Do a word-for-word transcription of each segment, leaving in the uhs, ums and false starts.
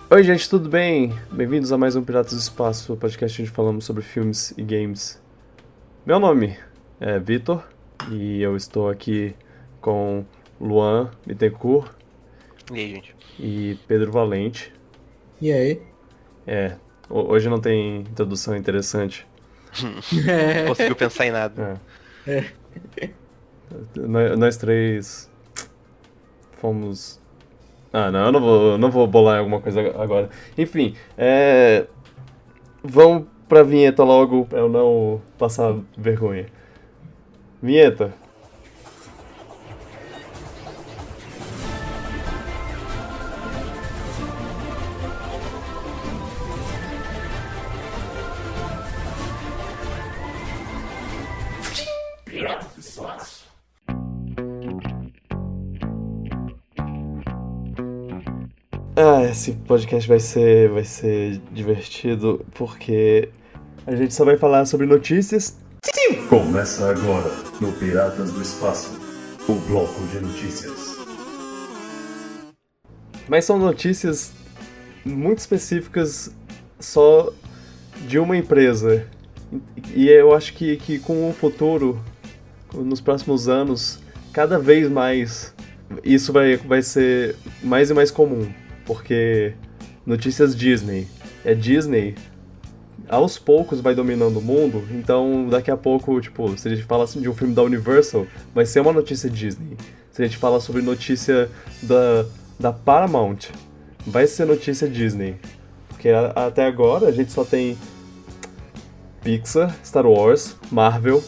Oi gente, tudo bem? Bem-vindos a mais um Piratas do Espaço, podcast onde falamos sobre filmes e games. Meu nome é Vitor e eu estou aqui com Luan Bittencourt. E aí, gente? E Pedro Valente. E aí? É, hoje não tem introdução interessante. Não conseguiu pensar em nada. É. É. Nós, nós três fomos... Ah, não, eu não vou, não vou bolar alguma coisa agora. Enfim, é... vamos pra vinheta logo, pra eu não passar vergonha. Vinheta. Ah, esse podcast vai ser, vai ser divertido porque a gente só vai falar sobre notícias. Começa agora no Piratas do Espaço, o bloco de notícias. Mas são notícias muito específicas só de uma empresa. E eu acho que, que com o futuro, nos próximos anos, cada vez mais isso vai, vai ser mais e mais comum. Porque notícias Disney. É Disney, aos poucos vai dominando o mundo, então daqui a pouco, tipo, se a gente fala assim de um filme da Universal, vai ser uma notícia Disney. Se a gente fala sobre notícia da, da Paramount, vai ser notícia Disney. Porque a, até agora a gente só tem Pixar, Star Wars, Marvel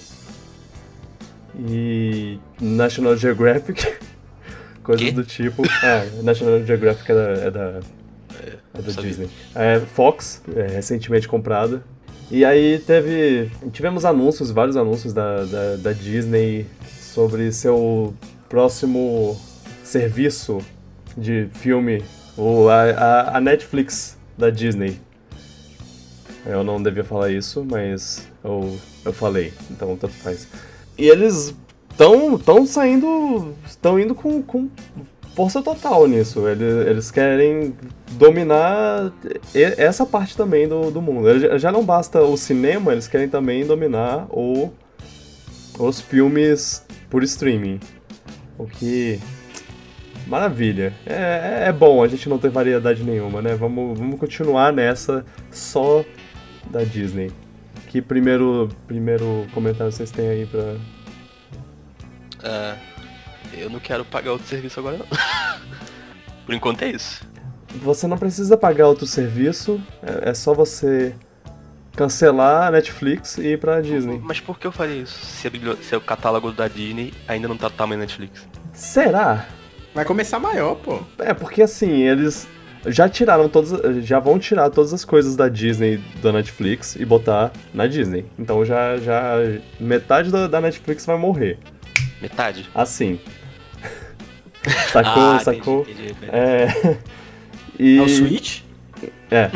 e National Geographic. Coisas Que? do tipo. É, National Geographic é da, é da, é da Disney. É, Fox, é, recentemente comprada. E aí teve. Tivemos anúncios, vários anúncios da, da, da Disney sobre seu próximo serviço de filme, ou a, a, a Netflix da Disney. Eu não devia falar isso, mas eu, eu falei, então tanto faz. E eles estão tão saindo, estão indo com, com força total nisso. Eles, eles querem dominar essa parte também do, do mundo. Já não basta o cinema, eles querem também dominar o, os filmes por streaming. O que... Maravilha. É, é bom a gente não ter variedade nenhuma, né? Vamos, vamos continuar nessa só da Disney. Que primeiro, primeiro comentário vocês têm aí pra... Uh, eu não quero pagar outro serviço agora, não. Por enquanto é isso. Você não precisa pagar outro serviço, é, é só você cancelar a Netflix e ir pra Disney. Mas por que eu faria isso? Se, a bibli... Se o catálogo da Disney ainda não tá do tamanho da Netflix. Será? Vai começar maior, pô. É, porque assim, eles já tiraram todas, já vão tirar todas as coisas da Disney da Netflix e botar na Disney. Então já, já metade da, da Netflix vai morrer. Metade? Assim. Sacou, ah, sacou? Entendi, entendi. É. E... É o Switch? É.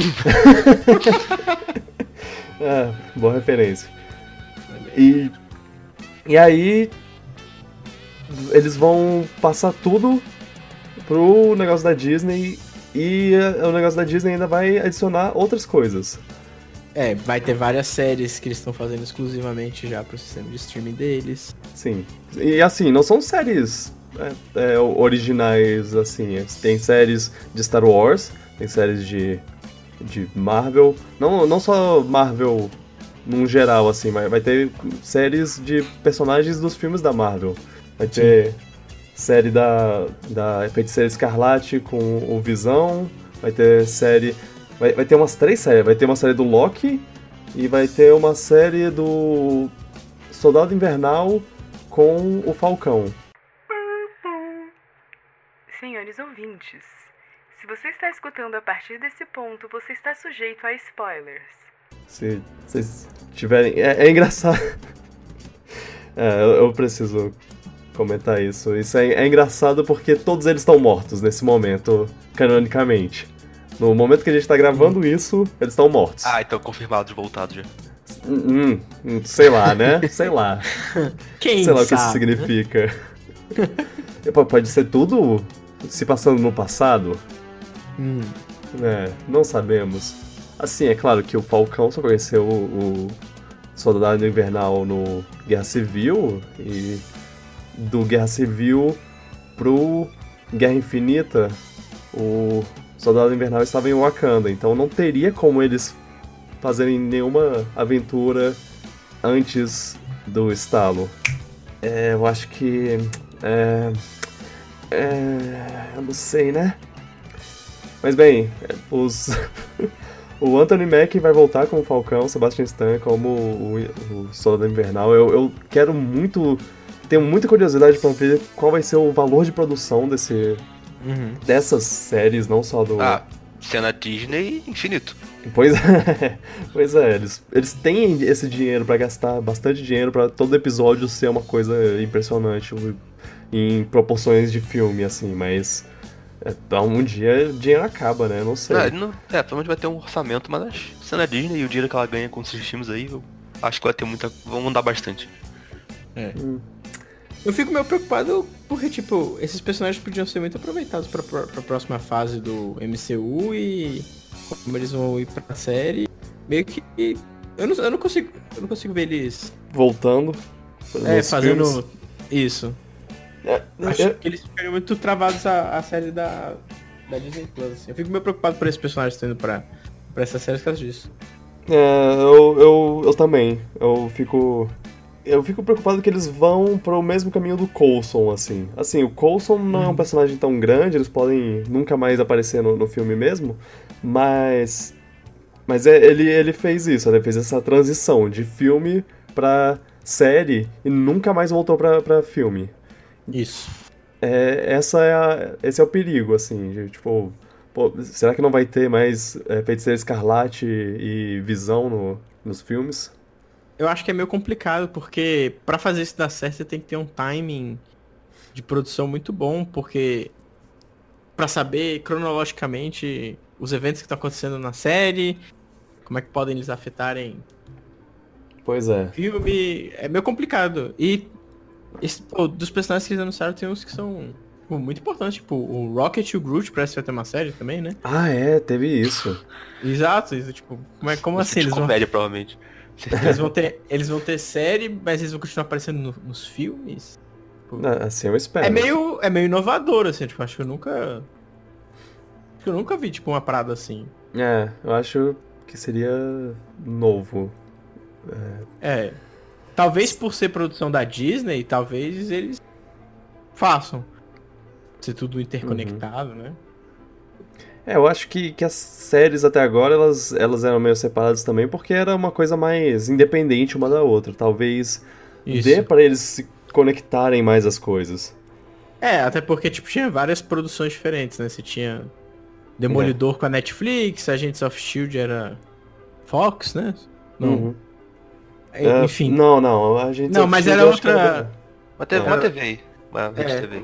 É, boa referência. E. E aí. Eles vão passar tudo pro negócio da Disney. E o negócio da Disney ainda vai adicionar outras coisas. É, vai ter várias séries que eles estão fazendo exclusivamente já pro sistema de streaming deles. Sim. E assim, não são séries é, é, originais, assim. Tem séries de Star Wars, tem séries de, de Marvel. Não, não só Marvel num geral, assim, mas vai ter séries de personagens dos filmes da Marvel. Vai ter Sim. série da, da Feiticeira Escarlate com o Visão. Vai ter série... Vai, vai ter umas três séries. Vai ter uma série do Loki e vai ter uma série do Soldado Invernal com o Falcão. Senhores ouvintes, se você está escutando a partir desse ponto, você está sujeito a spoilers. Se vocês tiverem... É, é engraçado. É, eu, eu preciso comentar isso. Isso é, é engraçado porque todos eles estão mortos nesse momento, canonicamente. No momento que a gente tá gravando hum. isso, eles estão mortos. Ah, então confirmados, voltados já. Hum, hum, sei lá, né? Sei lá. Quem sei lá sabe, o que isso significa. Né? Pode ser tudo se passando no passado. Hum. É, não sabemos. Assim, é claro que o Falcão só conheceu o, o Soldado Invernal no Guerra Civil, e do Guerra Civil pro Guerra Infinita, o Soldado Invernal estava em Wakanda, então não teria como eles fazerem nenhuma aventura antes do estalo. É, eu acho que... É, é, eu não sei, né? Mas bem, os... o Anthony Mackie vai voltar como Falcão, Sebastian Stan como o, o Soldado Invernal. Eu, eu quero muito... Tenho muita curiosidade pra ver qual vai ser o valor de produção desse, uhum. dessas séries, não só do... Ah, cena Disney infinito. Pois é, pois é, eles, eles têm esse dinheiro pra gastar bastante dinheiro pra todo episódio ser uma coisa impressionante em proporções de filme, assim, mas é, um dia o dinheiro acaba, né? Não sei. É, não, é, provavelmente vai ter um orçamento, mas a cena Disney e o dinheiro que ela ganha com esses filmes aí, eu acho que vai ter muita... vão mandar bastante. É. Hum. Eu fico meio preocupado porque, tipo, esses personagens podiam ser muito aproveitados pra, pra, pra próxima fase do M C U e como eles vão ir pra série. Meio que... Eu não, eu não consigo eu não consigo ver eles... voltando. É, fazendo filmes. Isso. É, Acho é... que eles ficariam muito travados à, à série da, da Disney Plus. Assim. Eu fico meio preocupado por esses personagens tendo pra, pra essa série por causa disso. É, eu, eu, eu também. Eu fico... Eu fico preocupado que eles vão pro mesmo caminho do Coulson, assim. Assim, o Coulson não é um personagem tão grande, eles podem nunca mais aparecer no, no filme mesmo, mas... Mas é, ele, ele fez isso, ele fez essa transição de filme pra série e nunca mais voltou pra, pra filme. Isso. É, essa é a, esse é o perigo, assim, de, tipo... Pô, será que não vai ter mais é, Feiticeira Escarlate e Visão no, nos filmes? Eu acho que é meio complicado, porque pra fazer isso dar certo você tem que ter um timing de produção muito bom, porque pra saber cronologicamente os eventos que estão acontecendo na série, como é que podem eles afetarem pois é. o filme, é meio complicado. E esse, pô, dos personagens que eles anunciaram tem uns que são pô, muito importantes, tipo o Rocket e o Groot parece que vai ter uma série também, né? Ah, é, teve isso. Exato, isso, tipo, como, é, como assim? Eles Eles vão... comédia, provavelmente. Eles vão ter, eles vão ter série, mas eles vão continuar aparecendo no, nos filmes? Tipo, ah, assim eu espero. É meio, é meio inovador, assim, tipo, acho que eu nunca... Acho que eu nunca vi, tipo, uma parada assim. É, eu acho que seria novo. É, é talvez por ser produção da Disney, talvez eles façam. Ser tudo interconectado, uhum. né? É, eu acho que, que as séries até agora, elas, elas eram meio separadas também, porque era uma coisa mais independente uma da outra. Talvez Isso. dê pra eles se conectarem mais as coisas. É, até porque, tipo, tinha várias produções diferentes, né? Você tinha Demolidor é. com a Netflix, Agents of Shield era Fox, né? Não. Uhum. É, enfim. Não, não, a gente Não, mas era outra... Era... Uma T V, uma T V aí. Uma é. T V.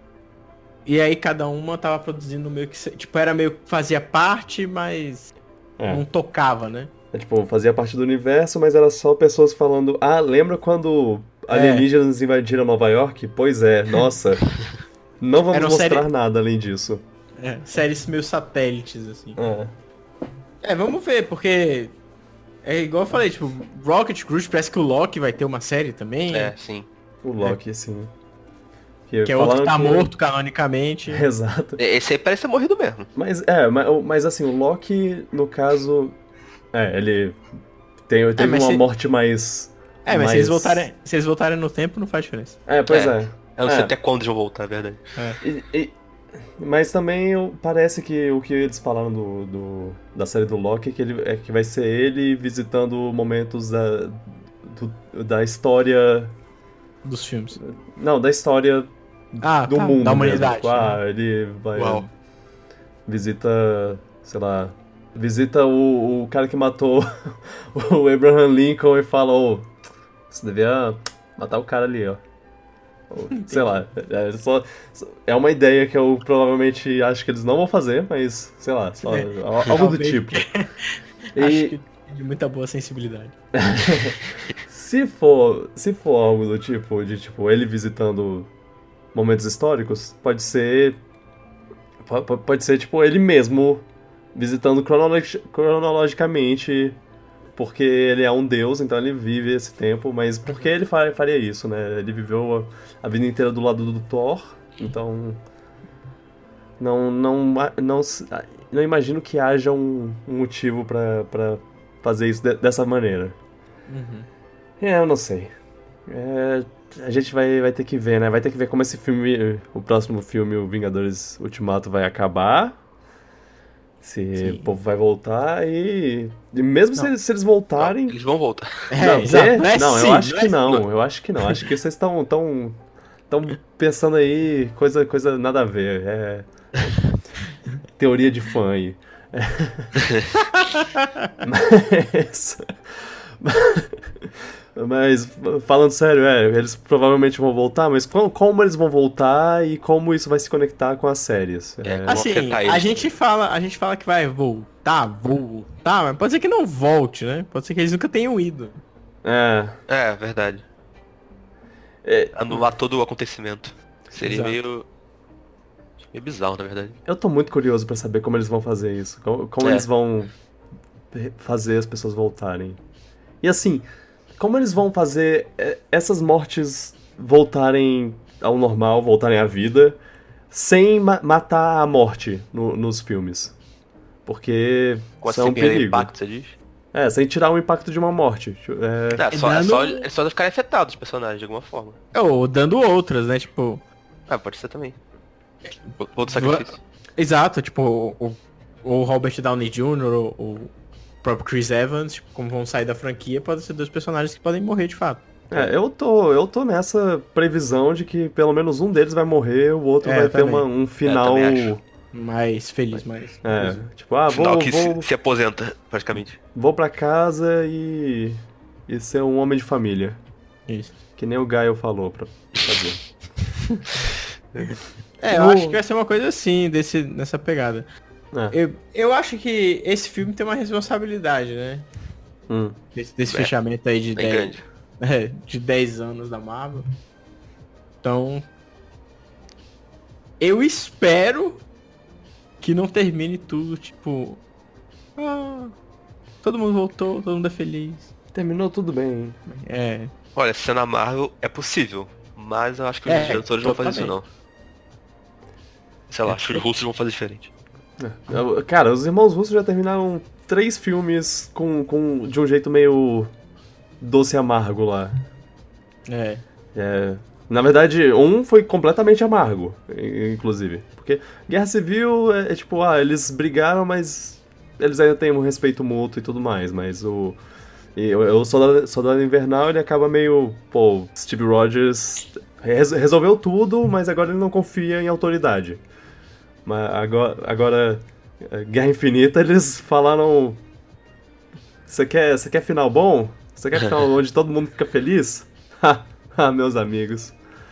E aí cada uma tava produzindo meio que... Tipo, era meio que fazia parte, mas é. não tocava, né? É, tipo, fazia parte do universo, mas era só pessoas falando... Ah, lembra quando alienígenas é. invadiram Nova York? Pois é, nossa. Não vamos mostrar série... nada além disso. É, séries meio satélites, assim. É. É, vamos ver, porque... É igual eu falei, tipo, Rocket, Groot, parece que o Loki vai ter uma série também. É, sim. O Loki, é. sim. Que, que é outro que tá que... morto canonicamente. Exato. Esse aí parece ser morrido mesmo. Mas, é, mas, mas assim, o Loki, no caso... É, ele tem, teve é, uma se... morte mais... É, mas mais... se, eles voltarem, se eles voltarem no tempo, não faz diferença. É, pois é. é. Eu não sei é. até quando eles vão voltar, é verdade. É. E, e, mas também parece que o que eles falaram do, do, da série do Loki é que, ele, é que vai ser ele visitando momentos da, do, da história... Dos filmes. Não, da história ah, do tá. mundo. Da humanidade. Mesmo. Ah, né? Ele vai... Uau. Visita, sei lá... Visita o, o cara que matou o Abraham Lincoln e fala, ô, você devia matar o cara ali, ó. Ou, sei lá, é, só, é uma ideia que eu provavelmente acho que eles não vão fazer, mas, sei lá, só, é, algo do tipo. E... Acho que de muita boa sensibilidade. se, for, se for algo do tipo, de tipo, ele visitando momentos históricos, pode ser, pode ser tipo, ele mesmo visitando cronologi- cronologicamente, porque ele é um deus, então ele vive esse tempo, mas por que ele fa- faria isso, né? Ele viveu a, a vida inteira do lado do Thor, então não não não, não imagino que haja um, um motivo pra, pra fazer isso de, dessa maneira. Uhum. É, eu não sei. É, a gente vai, vai ter que ver, né? Vai ter que ver como esse filme, o próximo filme, o Vingadores Ultimato, vai acabar. Se Sim. o povo vai voltar e... e mesmo se, eles- se eles voltarem... Não, eles vão voltar. É, não, exato. é? Não, é Não, sim, eu acho não que é não. Eu acho que não. Acho que vocês estão tão, tão pensando aí coisa, coisa nada a ver. É... teoria de fã aí. É. Mas... Mas, falando sério, é, eles provavelmente vão voltar, mas como, como eles vão voltar e como isso vai se conectar com as séries? É, É, Vão Assim, afetar a eles gente, fala, a gente fala que vai voltar, voltar, mas pode ser que não volte, né? Pode ser que eles nunca tenham ido. é, É, verdade. é, Anular todo o acontecimento. Seria Exato. meio... meio bizarro, na verdade. eu tô muito curioso pra saber como eles vão fazer isso. Como, como É. eles vão fazer as pessoas voltarem. E assim, como eles vão fazer é, essas mortes voltarem ao normal, voltarem à vida, sem ma- matar a morte no- nos filmes? Porque Com isso é um perder perigo. impacto, você diz? É, sem tirar o impacto de uma morte. É, É, só, é dando- só, é só ficarem afetados os personagens de alguma forma. Ou dando outras, né? Tipo, Ah, pode ser também. Outro sacrifício. exato, tipo, o, o Robert Downey Júnior, o, o próprio Chris Evans, tipo, como vão sair da franquia, podem ser dois personagens que podem morrer de fato. é, eu tô, eu tô nessa previsão de que pelo menos um deles vai morrer, o outro É, vai ter também. uma- um final. também acho. Mais feliz, mais. É, tipo, ah, Final vou, que vou, se, se aposenta, praticamente. vou pra casa e. e ser um homem de família. Isso. Que nem o Gaio falou pra fazer. É, eu O- acho que vai ser uma coisa assim, desse, nessa pegada. É. Eu, eu acho que esse filme tem uma responsabilidade, né? Hum. Desse, desse É, fechamento aí de Bem dez, grande. é, de dez anos da Marvel. Então, eu espero que não termine tudo, tipo... Ah, todo mundo voltou, todo mundo é feliz. Terminou tudo bem. É, Olha, se é na Marvel, é possível. Mas eu acho que os É, diretores não vão fazer isso, não. Sei lá, É, acho que os russos vão fazer diferente. É. Eu- Cara, os irmãos russos já terminaram três filmes com, com, de um jeito meio doce e amargo lá. é. É, na verdade, um foi completamente amargo, i- inclusive. Porque Guerra Civil é, é tipo, ah, eles brigaram, mas eles ainda têm um respeito mútuo e tudo mais. Mas o, e o, o Soldado, Soldado Invernal, ele acaba meio, pô, Steve Rogers res- resolveu tudo, mas agora ele não confia em autoridade. Mas agora, agora é, Guerra Infinita, eles falaram... Você quer, você quer final bom? Você quer final onde todo mundo fica feliz? Ah, meus amigos.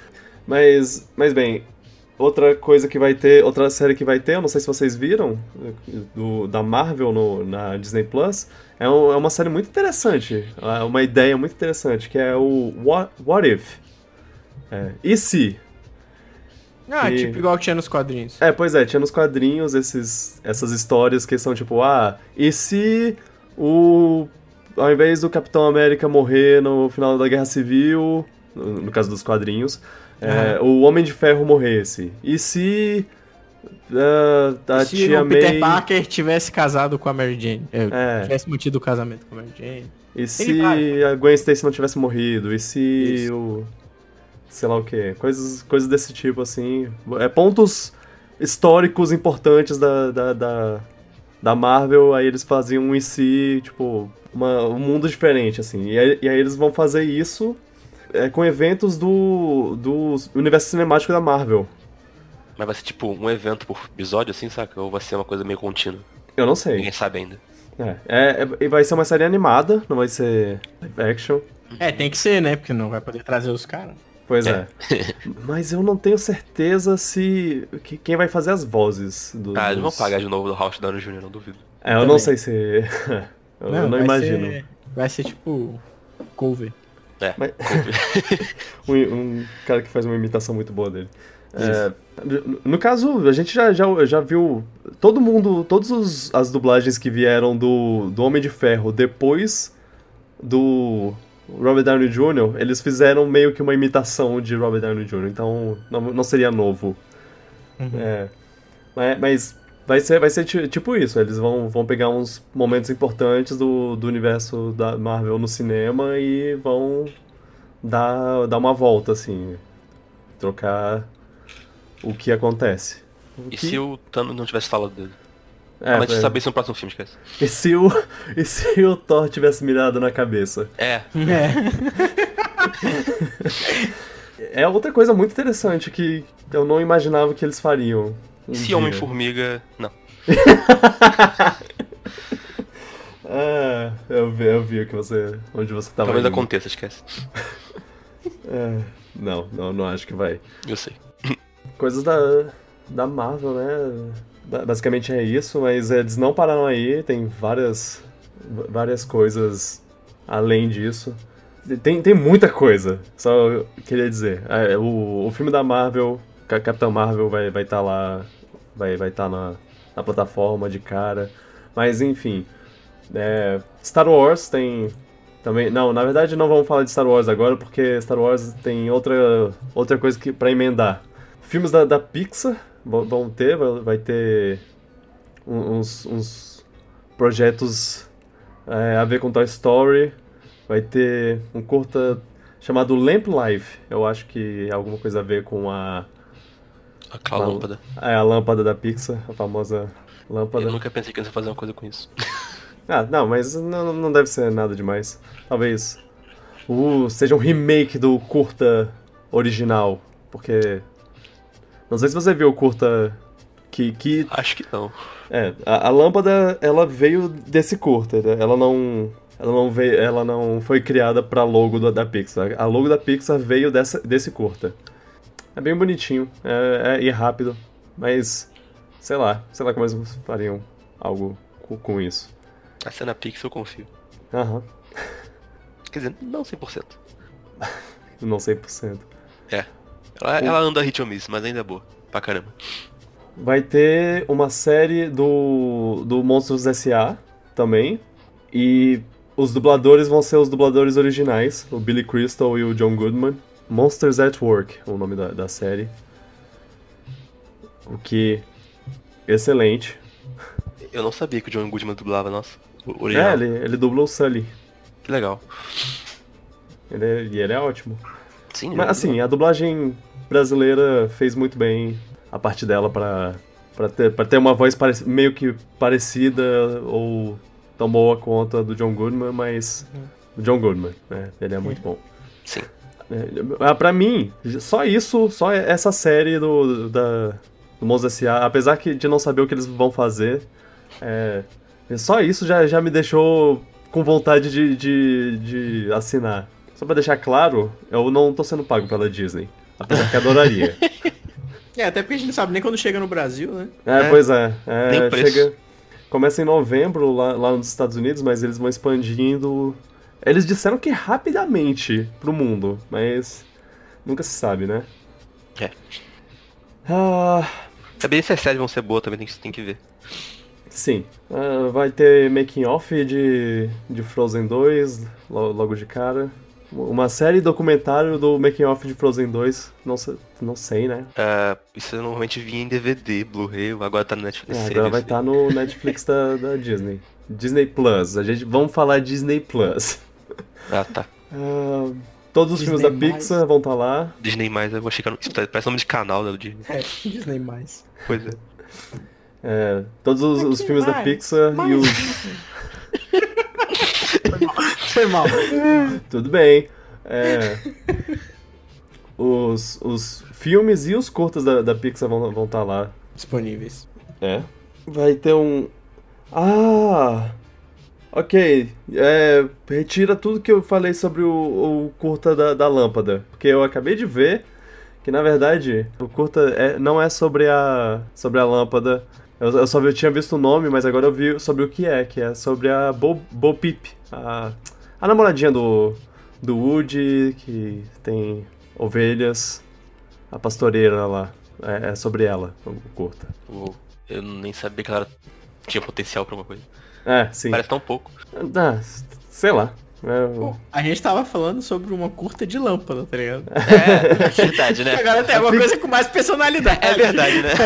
Mas, mas bem, outra coisa que vai ter, outra série que vai ter, eu não sei se vocês viram, do, da Marvel no, na Disney Plus, é, um- é uma série muito interessante, é uma ideia muito interessante, que é o What, What If? É, e se? Ah, E- tipo igual que tinha nos quadrinhos. É, pois é, tinha nos quadrinhos esses, essas histórias que são tipo, ah, e se o... ao invés do Capitão América morrer no final da Guerra Civil, no, no caso dos quadrinhos, é, o Homem de Ferro morresse? E se ah, a Se tia o Peter May... Parker tivesse casado com a Mary Jane. É, É. tivesse mantido o casamento com a Mary Jane. E se vai. a Gwen Stacy não tivesse morrido? E se Isso. o... sei lá o quê? Coisas, coisas desse tipo, assim. É, pontos históricos importantes da, da, da, da Marvel, aí eles faziam um e se, tipo, uma, um mundo diferente, assim. E aí, e aí eles vão fazer isso é, com eventos do, do universo cinemático da Marvel. Mas vai ser tipo um evento por episódio, assim, saca? Ou vai ser uma coisa meio contínua? Eu não sei. Ninguém sabe ainda. É, é, é- vai ser uma série animada, não vai ser live action. É, tem que ser, né? Porque não vai poder trazer os caras. Pois é. Mas eu não tenho certeza se... que- quem vai fazer as vozes do, Ah, eles vão dos- pagar de novo do Howard Downey Júnior, não duvido. É, eu Também. não sei se... eu não, vai imagino. Ser, vai ser tipo cover. É, Mas- um, um cara que faz uma imitação muito boa dele. É, no caso, a gente já, já, já viu todo mundo, todas os, as dublagens que vieram do, do Homem de Ferro depois do Robert Downey Júnior, eles fizeram meio que uma imitação de Robert Downey Júnior, então não, não seria novo. Uhum. É, mas, mas vai ser, vai ser tipo isso, eles vão, vão pegar uns momentos importantes do, do universo da Marvel no cinema e vão dar, dar uma volta, assim, trocar o que acontece. O E que... se o Thanos não tivesse falado dele? É, Ah, mas é. saber se no próximo filme, esquece. E se o, e se o Thor tivesse mirado na cabeça? É, É. É outra coisa muito interessante que eu não imaginava que eles fariam. um se dia. Homem-Formiga... Não. Ah, eu vi, eu vi que você, onde você tava Talvez indo. aconteça, esquece. É, não, não, não acho que vai. Eu sei. Coisas da, da Marvel, né? Ba- Basicamente é isso, mas eles não pararam aí, tem várias, v- várias coisas além disso. Tem, tem muita coisa, só queria dizer. É, o, o filme da Marvel, Ca- Capitão Marvel vai vai estar lá, vai vai estar na, na plataforma de cara. Mas enfim, é, Star Wars tem também. Não, na verdade não vamos falar de Star Wars agora, porque Star Wars tem outra, outra coisa que, pra emendar. Filmes da, da Pixar vão vão ter, vai, vai ter um- uns, uns projetos é, a ver com Toy Story. Vai ter um curta chamado Lamp Life. Eu acho que é alguma coisa a ver com a, Aquela a, lâmpada. é, a lâmpada da Pixar, a famosa lâmpada. Eu nunca pensei que eu ia fazer uma coisa com isso. Ah, não, mas não, não deve ser nada demais. Talvez uh, seja um remake do curta original, porque não sei se você viu o curta que, que Acho que não. é, a, a lâmpada ela veio desse curta, né? Ela não ela não veio, ela não foi criada pra logo da, da Pixar. A logo da Pixar veio dessa, desse curta. É bem bonitinho, é, é, e é rápido, mas sei lá, sei lá como eles fariam algo com, com isso. A cena Pixar eu confio. Aham, Quer dizer, não cem por cento. não cem por cento. É. Ela, ela anda hit or miss, mas ainda é boa. Pra caramba. Vai ter uma série do, do Monstros S A também. E os dubladores vão ser os dubladores originais, o Billy Crystal e o John Goodman. Monsters at Work, o nome da, da série. O que... excelente. Eu não sabia que o John Goodman dublava, nossa. O É, original. ele, ele dubla o Sully. Que legal. Ele é- e ele é ótimo. Sim, Mas assim, a dublagem brasileira fez muito bem a parte dela pra, pra, ter, pra ter uma voz parec- meio que parecida ou tão boa quanto a do John Goodman, mas... O John Goodman, né? Ele é muito bom. Sim. É, pra mim, só isso, só essa série do, da, do Monstros S A, apesar que de não saber o que eles vão fazer, é, só isso já, já me deixou com vontade de, de, de assinar. Só pra deixar claro, eu não tô sendo pago pela Disney, apesar que adoraria. É, até porque a gente não sabe nem quando chega no Brasil, né? É, É. pois é. é Nem o preço. chega, começa em novembro lá, lá nos Estados Unidos, mas eles vão expandindo. Eles disseram que rapidamente pro mundo, mas nunca se sabe, né? É. Ah, Saber se as séries vão ser boas também tem que, tem que ver. sim. Ah, vai ter making off de, de Frozen dois lo- logo de cara. Uma série documentário do making off de Frozen dois, não sei, não sei, né? É, isso normalmente vinha em D V D, Blu-ray, agora tá no Netflix. É, agora vai estar no Netflix da, da Disney. Disney Plus. A gente vamos falar Disney Plus. Ah, tá. Ah, todos os Disney filmes da mais. Pixar vão estar lá. Disney mais, eu achei que era, isso parece nome de canal da Disney. É, Disney mais. Pois é. É, todos os, os Aqui filmes da mais, Pixar mais. e os. Foi mal. Tudo bem. É, os, os filmes e os curtas da, da Pixar vão vão estar lá. Disponíveis. É. Vai ter um. Ah! Ok. É, retira tudo que eu falei sobre o, o curta da, da lâmpada. Porque eu acabei de ver que, na verdade, o curta é, não é sobre a, sobre a lâmpada. Eu, eu só vi- eu tinha visto o nome, mas agora eu vi sobre o que é. Que é sobre a Bo, Bo Peep. A, a namoradinha do, do Woody, que tem ovelhas. A pastoreira lá. É, é sobre ela, o curta. Uou. Eu nem sabia que ela tinha potencial pra uma coisa. É, sim. Parece tão pouco. Ah, sei lá. É, A gente tava falando sobre uma curta de lâmpada, tá ligado? É, é verdade, né? Agora tem uma coisa com mais personalidade. É verdade, né?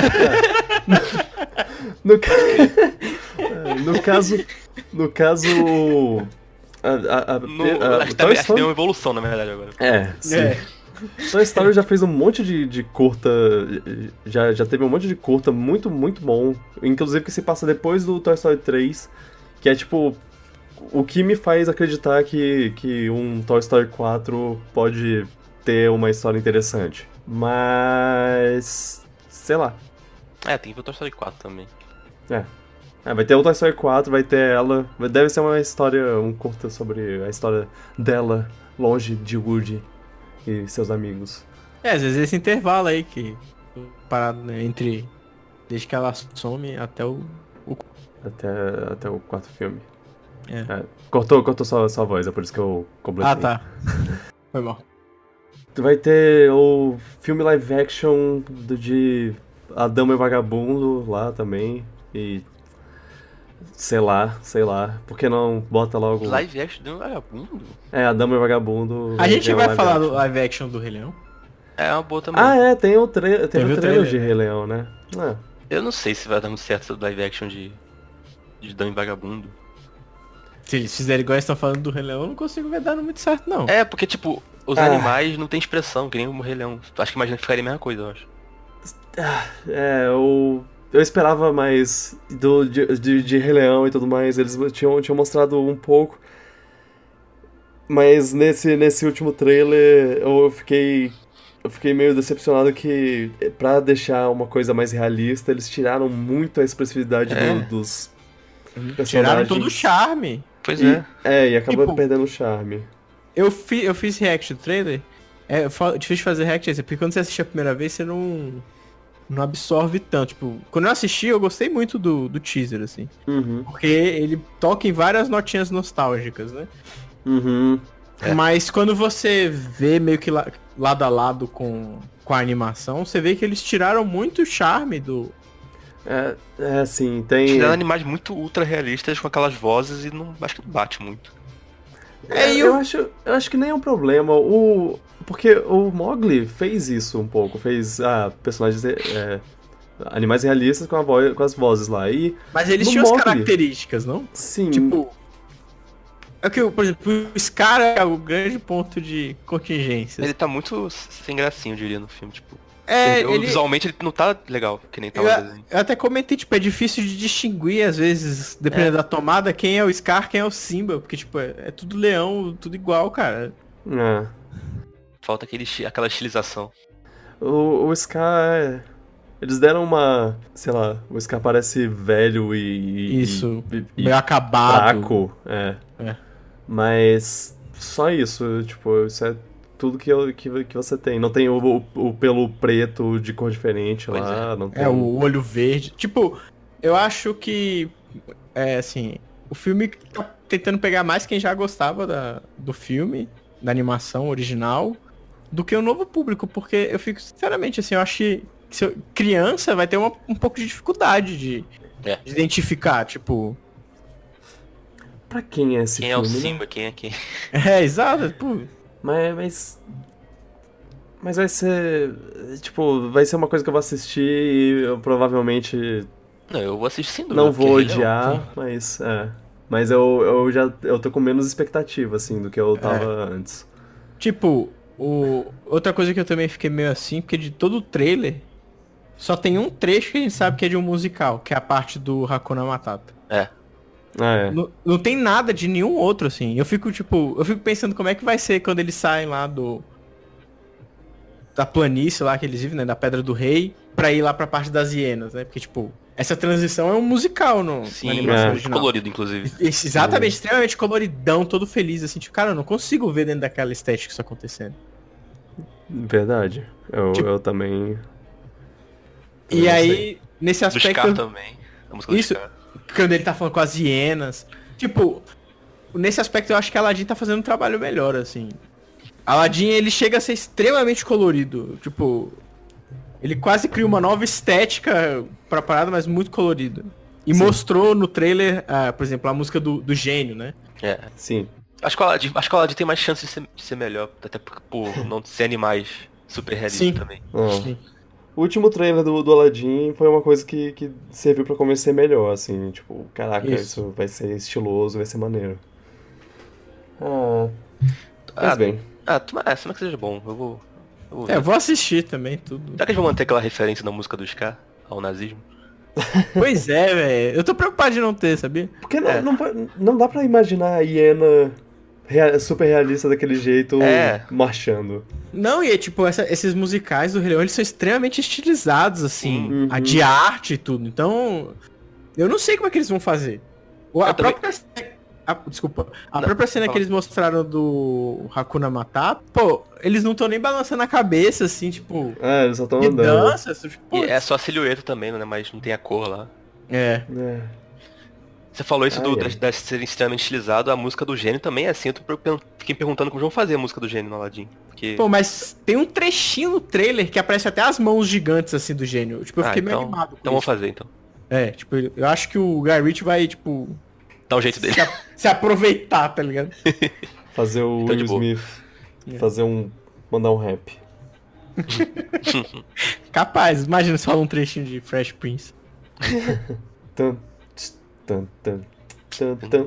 no, ca... no caso. No caso. A, a, a, No, a, acho, que Toy tá, acho que Story... tem uma evolução, na verdade, agora. É, sim. É. Toy Story já fez um monte de, de curta. Já, já teve um monte de curta muito, muito bom. Inclusive que se passa depois do Toy Story três. Que é tipo. O que me faz acreditar que, que um Toy Story quatro pode ter uma história interessante. Mas. Sei lá. É, tem que ver o Toy Story quatro também. É. É, vai ter o Toy Story quatro, vai ter ela. Deve ser uma história, um curta sobre a história dela, longe de Woody e seus amigos. É, às vezes esse intervalo aí que. Parado, né, entre. Desde que ela some até o. o... Até, até o quarto filme. É. É, cortou cortou sua, sua voz, é por isso que eu completei. Ah, tá. Foi mal. Vai ter o filme live action do de A Dama e o Vagabundo lá também. E. Sei lá, sei lá. Por que não bota logo. Live action de um vagabundo? É, A Dama e o Vagabundo. A gente tem um vai live falar action. do live action do Rei Leão? É uma boa também. Ah, é, tem o, tra tem Teve o o trailer trailer. de Rei Leão, né? É. Eu não sei se vai dar muito certo essa live action de. de Dama e Vagabundo. Se eles fizerem igual eles estão falando do Rei Leão, eu não consigo ver dando muito certo, não. É, porque, tipo, os Ah. animais não tem expressão, que nem o Rei Leão. Acho que imagina que ficaria a mesma coisa, eu acho. É, eu, eu esperava mais do, de, de, de Rei Leão e tudo mais, eles tinham, tinham mostrado um pouco, mas nesse, nesse último trailer eu fiquei, eu fiquei meio decepcionado que, pra deixar uma coisa mais realista, eles tiraram muito a expressividade É. do- dos personagens. Tiraram todo o charme. Pois E, é. é, e acaba Tipo, perdendo o charme. Eu, fi, eu fiz react do trailer. É fa- difícil de fazer react, porque quando você assiste a primeira vez, você não, não absorve tanto. Tipo, quando eu assisti, eu gostei muito do, do teaser, assim. Uhum, Porque ele toca em várias notinhas nostálgicas, né? uhum. É. Mas quando você vê meio que la- lado a lado com, com a animação, você vê que eles tiraram muito o charme do... É, é assim, tem... Tiraram animais muito ultra realistas com aquelas vozes e não acho que não bate muito. É, É, e eu, eu- acho, eu acho que nem é um problema. O, porque o Mowgli fez isso um pouco. Fez ah, personagens. É, animais realistas com, a voz, com as vozes lá. E, Mas eles No tinham as Mowgli. características, não? sim. Tipo... É que, por exemplo, o Scar é o grande ponto de contingência. Ele tá muito sem gracinha, eu diria, no filme, tipo. É, eu- ele... Visualmente ele não tá legal, que nem Eu, tava no desenho. eu até comentei, tipo, é difícil de distinguir, às vezes, dependendo da tomada, quem é o Scar, quem é o Simba, porque, tipo, é, é tudo leão, tudo igual, cara. É. Falta aquele, esti- aquela estilização. O, o Scar. é- Eles deram uma. Sei lá, o Scar parece velho e. e- Isso, E, e meio acabado. fraco. É. É. Mas. Só isso. Tipo, isso é tudo que, eu, que, que você tem. Não tem o, o, o pelo preto de cor diferente Pois lá. Não tem... É, o olho verde. Tipo, eu acho que, é, assim, o filme tá tentando pegar mais quem já gostava da, do filme, da animação original, do que o novo público, porque eu fico, sinceramente, assim, eu acho que se eu- criança vai ter uma- um pouco de dificuldade de, É. de identificar, tipo... Pra quem é esse Quem é o filme? né? Simba, quem é quem? É, exato, pô. Mas, mas. Mas vai ser. Tipo, vai ser uma coisa que eu vou assistir e eu provavelmente Não, eu vou assistir sem dúvida. não porque vou Rei Leão. odiar, mas. É. Mas eu, eu já. Eu tô com menos expectativa, assim, do que eu tava antes. Tipo, o... outra coisa que eu também fiquei meio assim, porque de todo o trailer, só tem um trecho que a gente sabe que é de um musical, que é a parte do Hakuna Matata. É. Ah, é. Não, não tem nada de nenhum outro, assim. Eu fico, tipo, eu fico pensando como é que vai ser quando eles saem lá do... Da planície lá que eles vivem, né? Da Pedra do Rei, pra ir lá pra parte das hienas, né? Porque, tipo, essa transição é um musical no, na Sim, animação é. original. colorido, inclusive. Esse- Exatamente, extremamente coloridão, todo feliz, assim. Tipo, cara, eu não consigo ver dentro daquela estética isso acontecendo. Verdade. Eu, Tipo- eu também. E Eu aí, nesse Do aspecto... Scar também. A música Isso. do Scar. Quando ele tá falando com as hienas. Tipo, nesse aspecto eu acho que a Aladdin tá fazendo um trabalho melhor, assim. Aladdin, ele chega a ser extremamente colorido. Tipo, Ele quase criou uma nova estética pra parada, mas muito colorida. E Sim. mostrou no trailer, uh, por exemplo, a música do, do Gênio, né? É. Sim. Acho que o Aladdin, acho que o Aladdin tem mais chance de ser, de ser melhor, até por, por não ser animais super realistas também. Ah. Sim. O último trailer do, do Aladdin foi uma coisa que, que serviu pra convencer melhor, assim, tipo, caraca, isso. isso vai ser estiloso, vai ser maneiro. Ah, mas ah, bem. Ah, tomara que seja bom, eu vou... Eu vou, é, eu vou assistir também, tudo. Será que eles vão manter aquela referência na música do Ska, ao nazismo? Pois é, velho, eu tô preocupado de não ter, sabia? Porque não, é. não, não dá pra imaginar a hiena rea- super realista daquele jeito é. marchando. Não, e é tipo, essa, esses musicais do Rei Leão, eles são extremamente estilizados, assim, uhum. a de arte e tudo. Então, eu não sei como é que eles vão fazer. A própria, a, desculpa, a não, própria cena fala. que eles mostraram do Hakuna Matata, pô, eles não estão nem balançando a cabeça, assim, tipo... É, eles só estão andando. Dança, tipo, e é só a silhueta também, né, mas não tem a cor lá. É. É. Você falou isso Ai, do, é. das, das serem extremamente estilizado, a música do Gênio também é assim, eu tô, fiquei perguntando como vão fazer a música do Gênio no Aladdin. Porque... Pô, mas tem um trechinho no trailer que aparece até as mãos gigantes, assim, do Gênio. Tipo, eu fiquei ah, meio então, animado com Então vamos fazer, então. É, tipo, eu acho que o Guy Ritchie vai, tipo... Dá um jeito dele. Se, a, se aproveitar, tá ligado? Fazer o então, Will Smith, é. fazer um... mandar um rap. Capaz, imagina se rola um trechinho de Fresh Prince. Tan, tan, tan, tan, tan.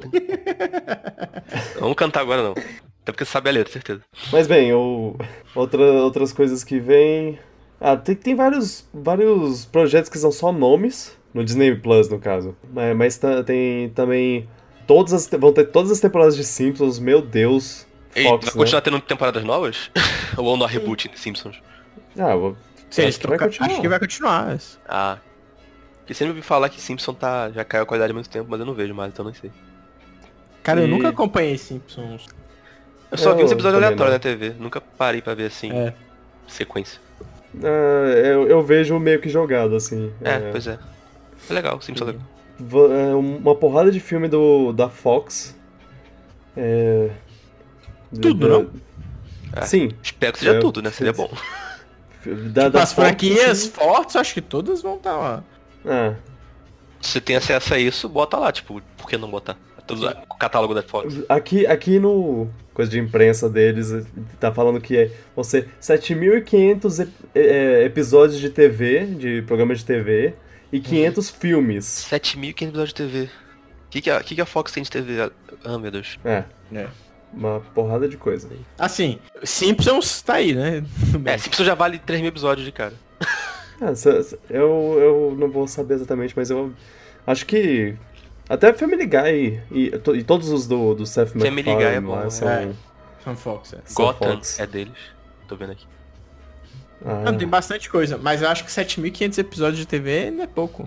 Vamos cantar agora não. Até porque você sabe a letra, certeza. Mas bem, eu... Outra, outras coisas que vem... Ah, tem, tem vários, vários projetos que são só nomes, no Disney Plus, no caso. Mas, mas tá, tem também... Todas as, vão ter todas as temporadas de Simpsons, meu Deus. E Fox, vai continuar né? tendo temporadas novas? Ou não há reboot de Simpsons? Ah, eu, Sim, acho, que vai continuar. acho que vai continuar. Ah. Porque sempre ouvi falar que Simpson tá, já caiu a qualidade há muito tempo, mas eu não vejo mais, então não sei. Cara, eu E- nunca acompanhei Simpsons. Eu só vi Eu uns episódios também aleatórios não. na T V, nunca parei pra ver assim, É. sequência. Ah, eu, eu vejo meio que jogado, assim. É, pois é. É legal, Simpson é legal. Va- é, uma porrada de filme do, da Fox. É... Tudo, da- não? É. Sim. Espero que seja É, tudo, né? Seria bom. Da, Tipo, da as Fox, franquias assim. fortes, acho que todas vão estar lá. Ah, Se você tem acesso a isso, bota lá, tipo, por que não botar? Todo o catálogo da Fox. aqui, aqui no coisa de imprensa deles, tá falando que é, vão ser sete mil e quinhentos ep- é, episódios de T V, de programa de T V, e quinhentos filmes. sete mil e quinhentos episódios de T V. O que, que, a, que, que a Fox tem de T V? Ah, meu Deus. É, É. uma porrada de coisa. Assim, Simpsons tá aí, né? É, Simpson já vale três mil episódios de cara. Ah, sa- sa- eu, eu não vou saber exatamente, mas eu acho que até Family Guy e, e, to- e todos os do, do Seth Family MacFarlane Guy é bom, lá é. são... É. São Fox, é. São Gotham Fox. é deles. Tô vendo aqui. Ah, Não, tem bastante coisa, mas eu acho que sete mil e quinhentos episódios de T V não é pouco.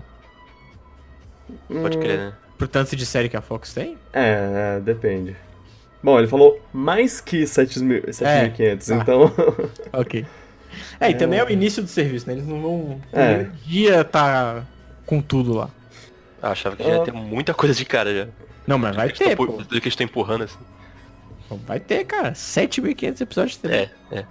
Pode hum, crer, né? Pro tanto de série que a Fox tem. É, é, depende. Bom, ele falou mais que sete mil e quinhentos, tá. então... Ok. É, e também é o início do serviço, né? Eles não vão... É. Primeiro dia tá com tudo lá. Ah, achava que já ia ter muita coisa de cara já. Não, mas vai Eles tão ter, pu- pô. Do que eles estão empurrando assim. Vai ter, cara. sete mil e quinhentos episódios de T V. É, é.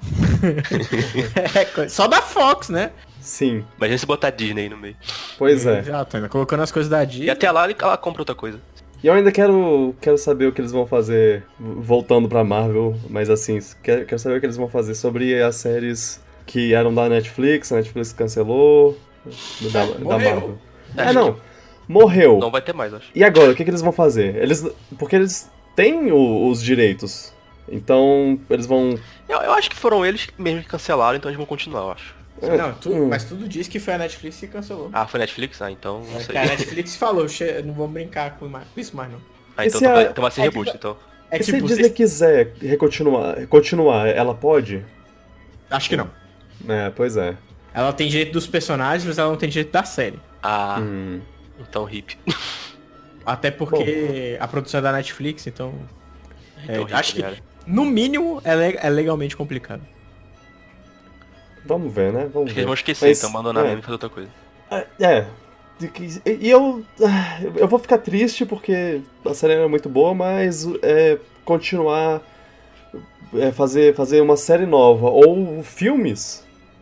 É, coisa- só da Fox, né? Sim, Imagina se botar Disney no meio. pois é. Já, tô ainda colocando as coisas da E Disney. até lá ela compra outra coisa. E eu ainda quero, quero saber o que eles vão fazer, voltando pra Marvel, mas assim, quero, quero saber o que eles vão fazer sobre as séries que eram da Netflix, a Netflix cancelou, da, da morreu. Marvel. Acho É, não, morreu. Não vai ter mais, acho. E agora, o que, que eles vão fazer? Eles, porque eles têm o- os direitos, então eles vão... Eu, eu acho que foram eles mesmo que cancelaram, então eles vão continuar, eu acho. Não, tu- Hum. mas tudo diz que foi a Netflix que cancelou. Ah, foi Netflix? Ah, então não É sei. que a Netflix falou, "Che- não vamos brincar com mais- com isso mais não. Ah, então, E se então a- vai, então vai ser é que- reboot, então. É e se tipo, a Disney vocês- quiser recontinuar, continuar, ela pode? acho que não. É, pois é. Ela tem direito dos personagens, mas ela não tem direito da série. Ah, Hum. então hip. Até porque a produção é da Netflix, então... é, Então, hip, acho que, cara. no mínimo, é, le- é legalmente complicado. Vamos ver, né? Vamos Acho que ver. eles vão esquecer, Mas, então abandonar é. mesmo e fazer outra coisa. É, É. De que- E eu. ah, Eu vou ficar triste porque a série era muito boa, mas é, continuar. É, fazer, fazer uma série nova ou filmes.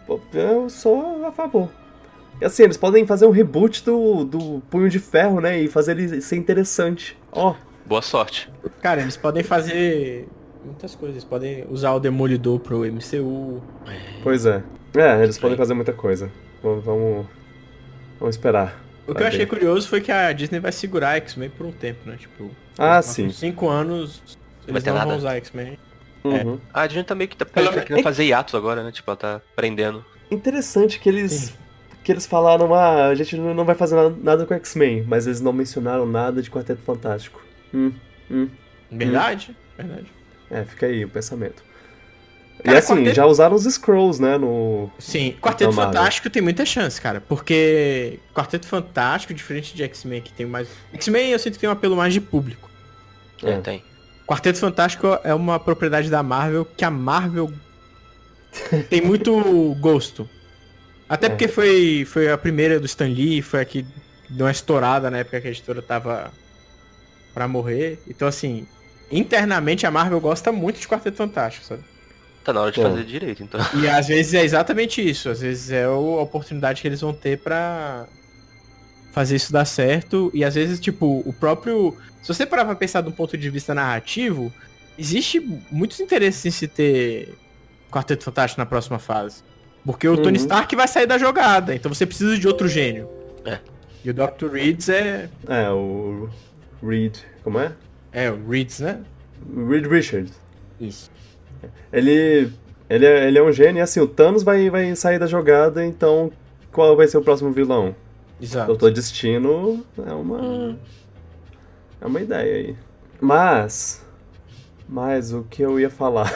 eu sou a favor. E assim, eles podem fazer um reboot do, do Punho de Ferro, né? E fazer ele ser interessante. Ó. Oh. Boa sorte. Cara, eles podem fazer muitas coisas. Eles podem usar o Demolidor pro M C U. Pois é. É, eles podem fazer muita coisa. Vamos, vamos, vamos esperar. O que eu achei curioso foi que a Disney vai segurar X-Men por um tempo, né? Tipo, ah, sim. cinco anos eles não nada. vão usar X-Men. Uhum. É. A Disney tá meio que tá Ela- querendo fazer hiatos agora, né? Tipo, ela tá prendendo. Interessante que eles, Sim. que eles falaram, ah, a gente não vai fazer nada, nada com X-Men, mas eles não mencionaram nada de Quarteto Fantástico. Hum, hum. Verdade? Verdade. É, fica aí o pensamento. Cara, e assim, Quarteto- já usaram os Skrulls, né, no... Sim, Quarteto Marvel. Fantástico tem muita chance, cara. Porque Quarteto Fantástico, diferente de X-Men, que tem mais... X-Men eu sinto que tem um apelo mais de público. É, É. tem. Quarteto Fantástico é uma propriedade da Marvel que a Marvel tem muito gosto. Até É. porque foi, foi a primeira do Stan Lee, foi a que deu uma estourada na época que a editora tava pra morrer. Então, assim, internamente a Marvel gosta muito de Quarteto Fantástico, sabe? Tá na hora de É. fazer direito, então. E às vezes é exatamente isso. Às vezes é o- a oportunidade que eles vão ter pra fazer isso dar certo. E às vezes, tipo, o próprio... Se você parar pra pensar de um ponto de vista narrativo, existe muitos interesses em se ter Quarteto Fantástico na próxima fase. Porque o Uhum. Tony Stark vai sair da jogada, então você precisa de outro gênio. É. E o doutor Reeds é... É, o Reed, como é? É, o Reeds, né? Reed Richards. Isso. Ele, ele, é, ele é um gênio e assim, o Thanos vai, vai sair da jogada, então qual vai ser o próximo vilão? Exato. Doutor Destino é uma... É uma ideia aí. Mas... Mas o que eu ia falar...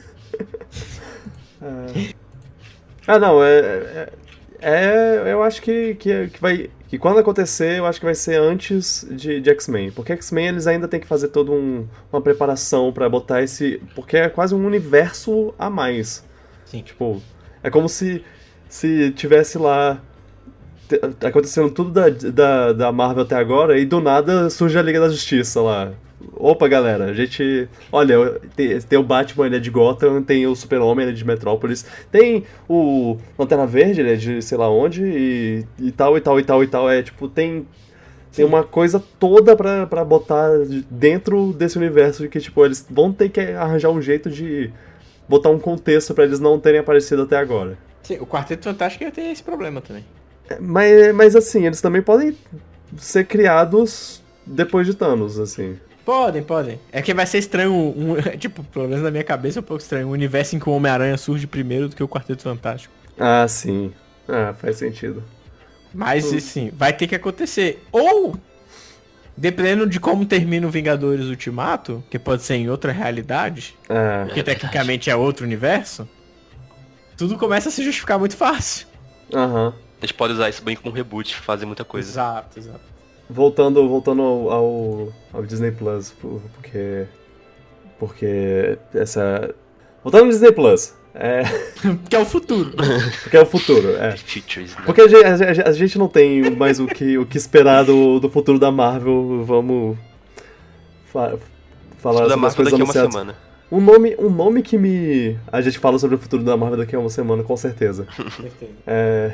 é... Ah, não, é... é, é eu acho que, que, que vai... Que quando acontecer, eu acho que vai ser antes de, de X-Men. Porque X-Men eles ainda tem que fazer toda um, uma preparação pra botar esse... Porque é quase um universo a mais. Sim. Tipo, é como se, se tivesse lá te- acontecendo tudo da, da, da Marvel até agora e do nada surge a Liga da Justiça lá. Opa, galera, a gente... Olha, tem, tem o Batman, ele é de Gotham, tem o Super-Homem, ele é de Metrópolis, tem o Lanterna Verde, ele é de sei lá onde, e, e tal, e tal, e tal, e tal. É, tipo, tem... Tem uma coisa toda pra, pra botar dentro desse universo de que, tipo, eles vão ter que arranjar um jeito de botar um contexto pra eles não terem aparecido até agora. Sim, o Quarteto Fantástico tem esse problema também. É, Mas, mas assim, eles também podem ser criados depois de Thanos, assim. Podem, podem. É que vai ser estranho, um, tipo, pelo menos na minha cabeça é um pouco estranho, um universo em que o Homem-Aranha surge primeiro do que o Quarteto Fantástico. Ah, sim. Ah, faz sentido. Mas, assim, vai ter que acontecer. Ou, dependendo de como termina o Vingadores Ultimato, que pode ser em outra realidade, É, que tecnicamente é outro universo, tudo começa a se justificar muito fácil. aham. A gente pode usar isso bem como um reboot, fazer muita coisa. Exato, exato. Voltando, voltando ao, ao, ao Disney Plus, por- porque... Porque essa... Voltando ao Disney Plus, é... Que é o futuro. Porque é o futuro, é. Features, né? Porque a gente, a gente- a gente não tem mais o que, o que esperar do, do futuro da Marvel. Vamos fa- falar Tudo da sobre as Marvel coisas daqui a uma anunciadas. semana. Um nome, um nome que me... A gente fala sobre o futuro da Marvel daqui a uma semana, com certeza. É...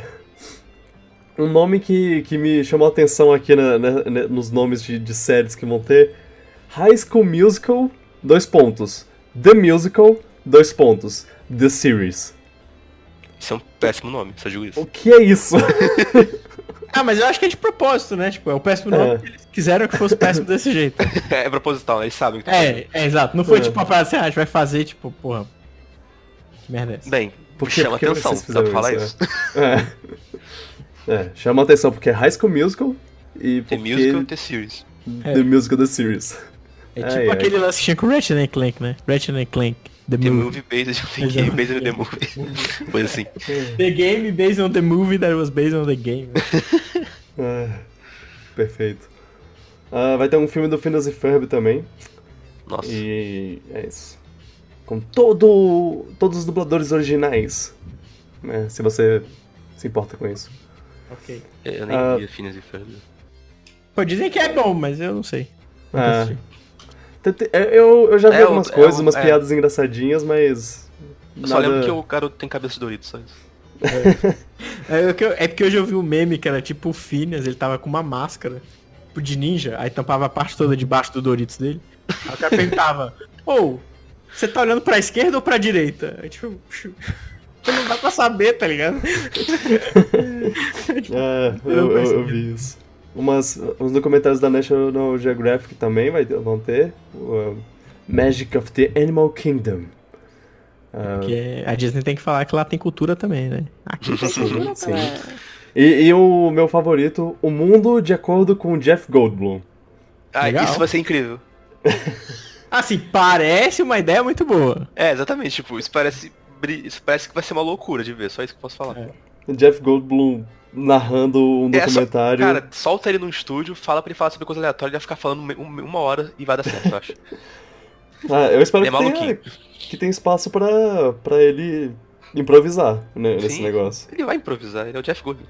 Um nome que, que me chamou a atenção aqui na- na- na- nos nomes de, de séries que vão ter. High School Musical, dois pontos. The Musical, dois pontos. The Series. Isso é um péssimo nome, só digo isso. O que é isso? Ah, mas eu acho que é de propósito, né? Tipo, é o péssimo nome É. que eles quiseram que fosse péssimo desse jeito. É proposital, né? Eles sabem o que tá fazendo. É, é exato. Não foi É. tipo uma parada assim, ah, a gente vai fazer, tipo, porra. Que merda é essa? Bem, Por que- chama por que atenção, vocês dá pra fizeram falar isso, isso. É. É, chama a atenção porque é High School Musical e The porque Musical e The Series. The Musical The Series. É tipo Ai, ai. aquele lance que tinha com o Ratchet and Clank, né? Ratchet and Clank. The, The movie. Movie based on the game, based on the movie. Coisa assim. The game based on the movie that was based on the game. Ah, perfeito. Ah, vai ter um filme do Phineas e Ferb também. Nossa. E é isso. Com todo, todos os dubladores originais. Né, se você se importa com isso. Ok. Eu nem Ah. via Phineas e Ferb. Pô, dizem que é bom, mas eu não sei. Nunca Ah, assisti. tente- eu, eu já vi É, algumas é, coisas, é, umas é. piadas engraçadinhas, mas. Eu só nada- lembro que o garoto tem cabeça de Dorito, só isso. É, é, que eu- é porque hoje eu vi um meme que era tipo o Phineas, ele tava com uma máscara, tipo de ninja, aí tampava a parte toda debaixo do Doritos dele. Aí o cara perguntava, ô, você tá olhando pra esquerda ou pra direita? Aí tipo, não dá pra saber, tá ligado? É, eu, eu, eu vi isso. Umas, uns documentários da National Geographic também vai, ter- vão ter. O, uh, Magic of the Animal Kingdom. Uh, Porque a Disney tem que falar que lá tem cultura também, né? Aqui tem cultura sim. também. E, e o meu favorito, O Mundo de Acordo com Jeff Goldblum. Ah, Legal. isso vai ser incrível. Assim, parece uma ideia muito boa. É, exatamente, tipo, isso parece. bri- Isso parece que vai ser uma loucura de ver, só isso que eu posso falar. É. Jeff Goldblum narrando um É, só- documentário. cara, solta ele num estúdio, fala pra ele falar sobre coisa aleatória, ele vai ficar falando uma, uma hora e vai dar certo, eu acho. Ah, eu espero Ele é que, tenha, maluquinho. que tenha espaço pra, pra ele improvisar, né, nesse Sim. negócio. Ele vai improvisar, ele é o Jeff Goldblum.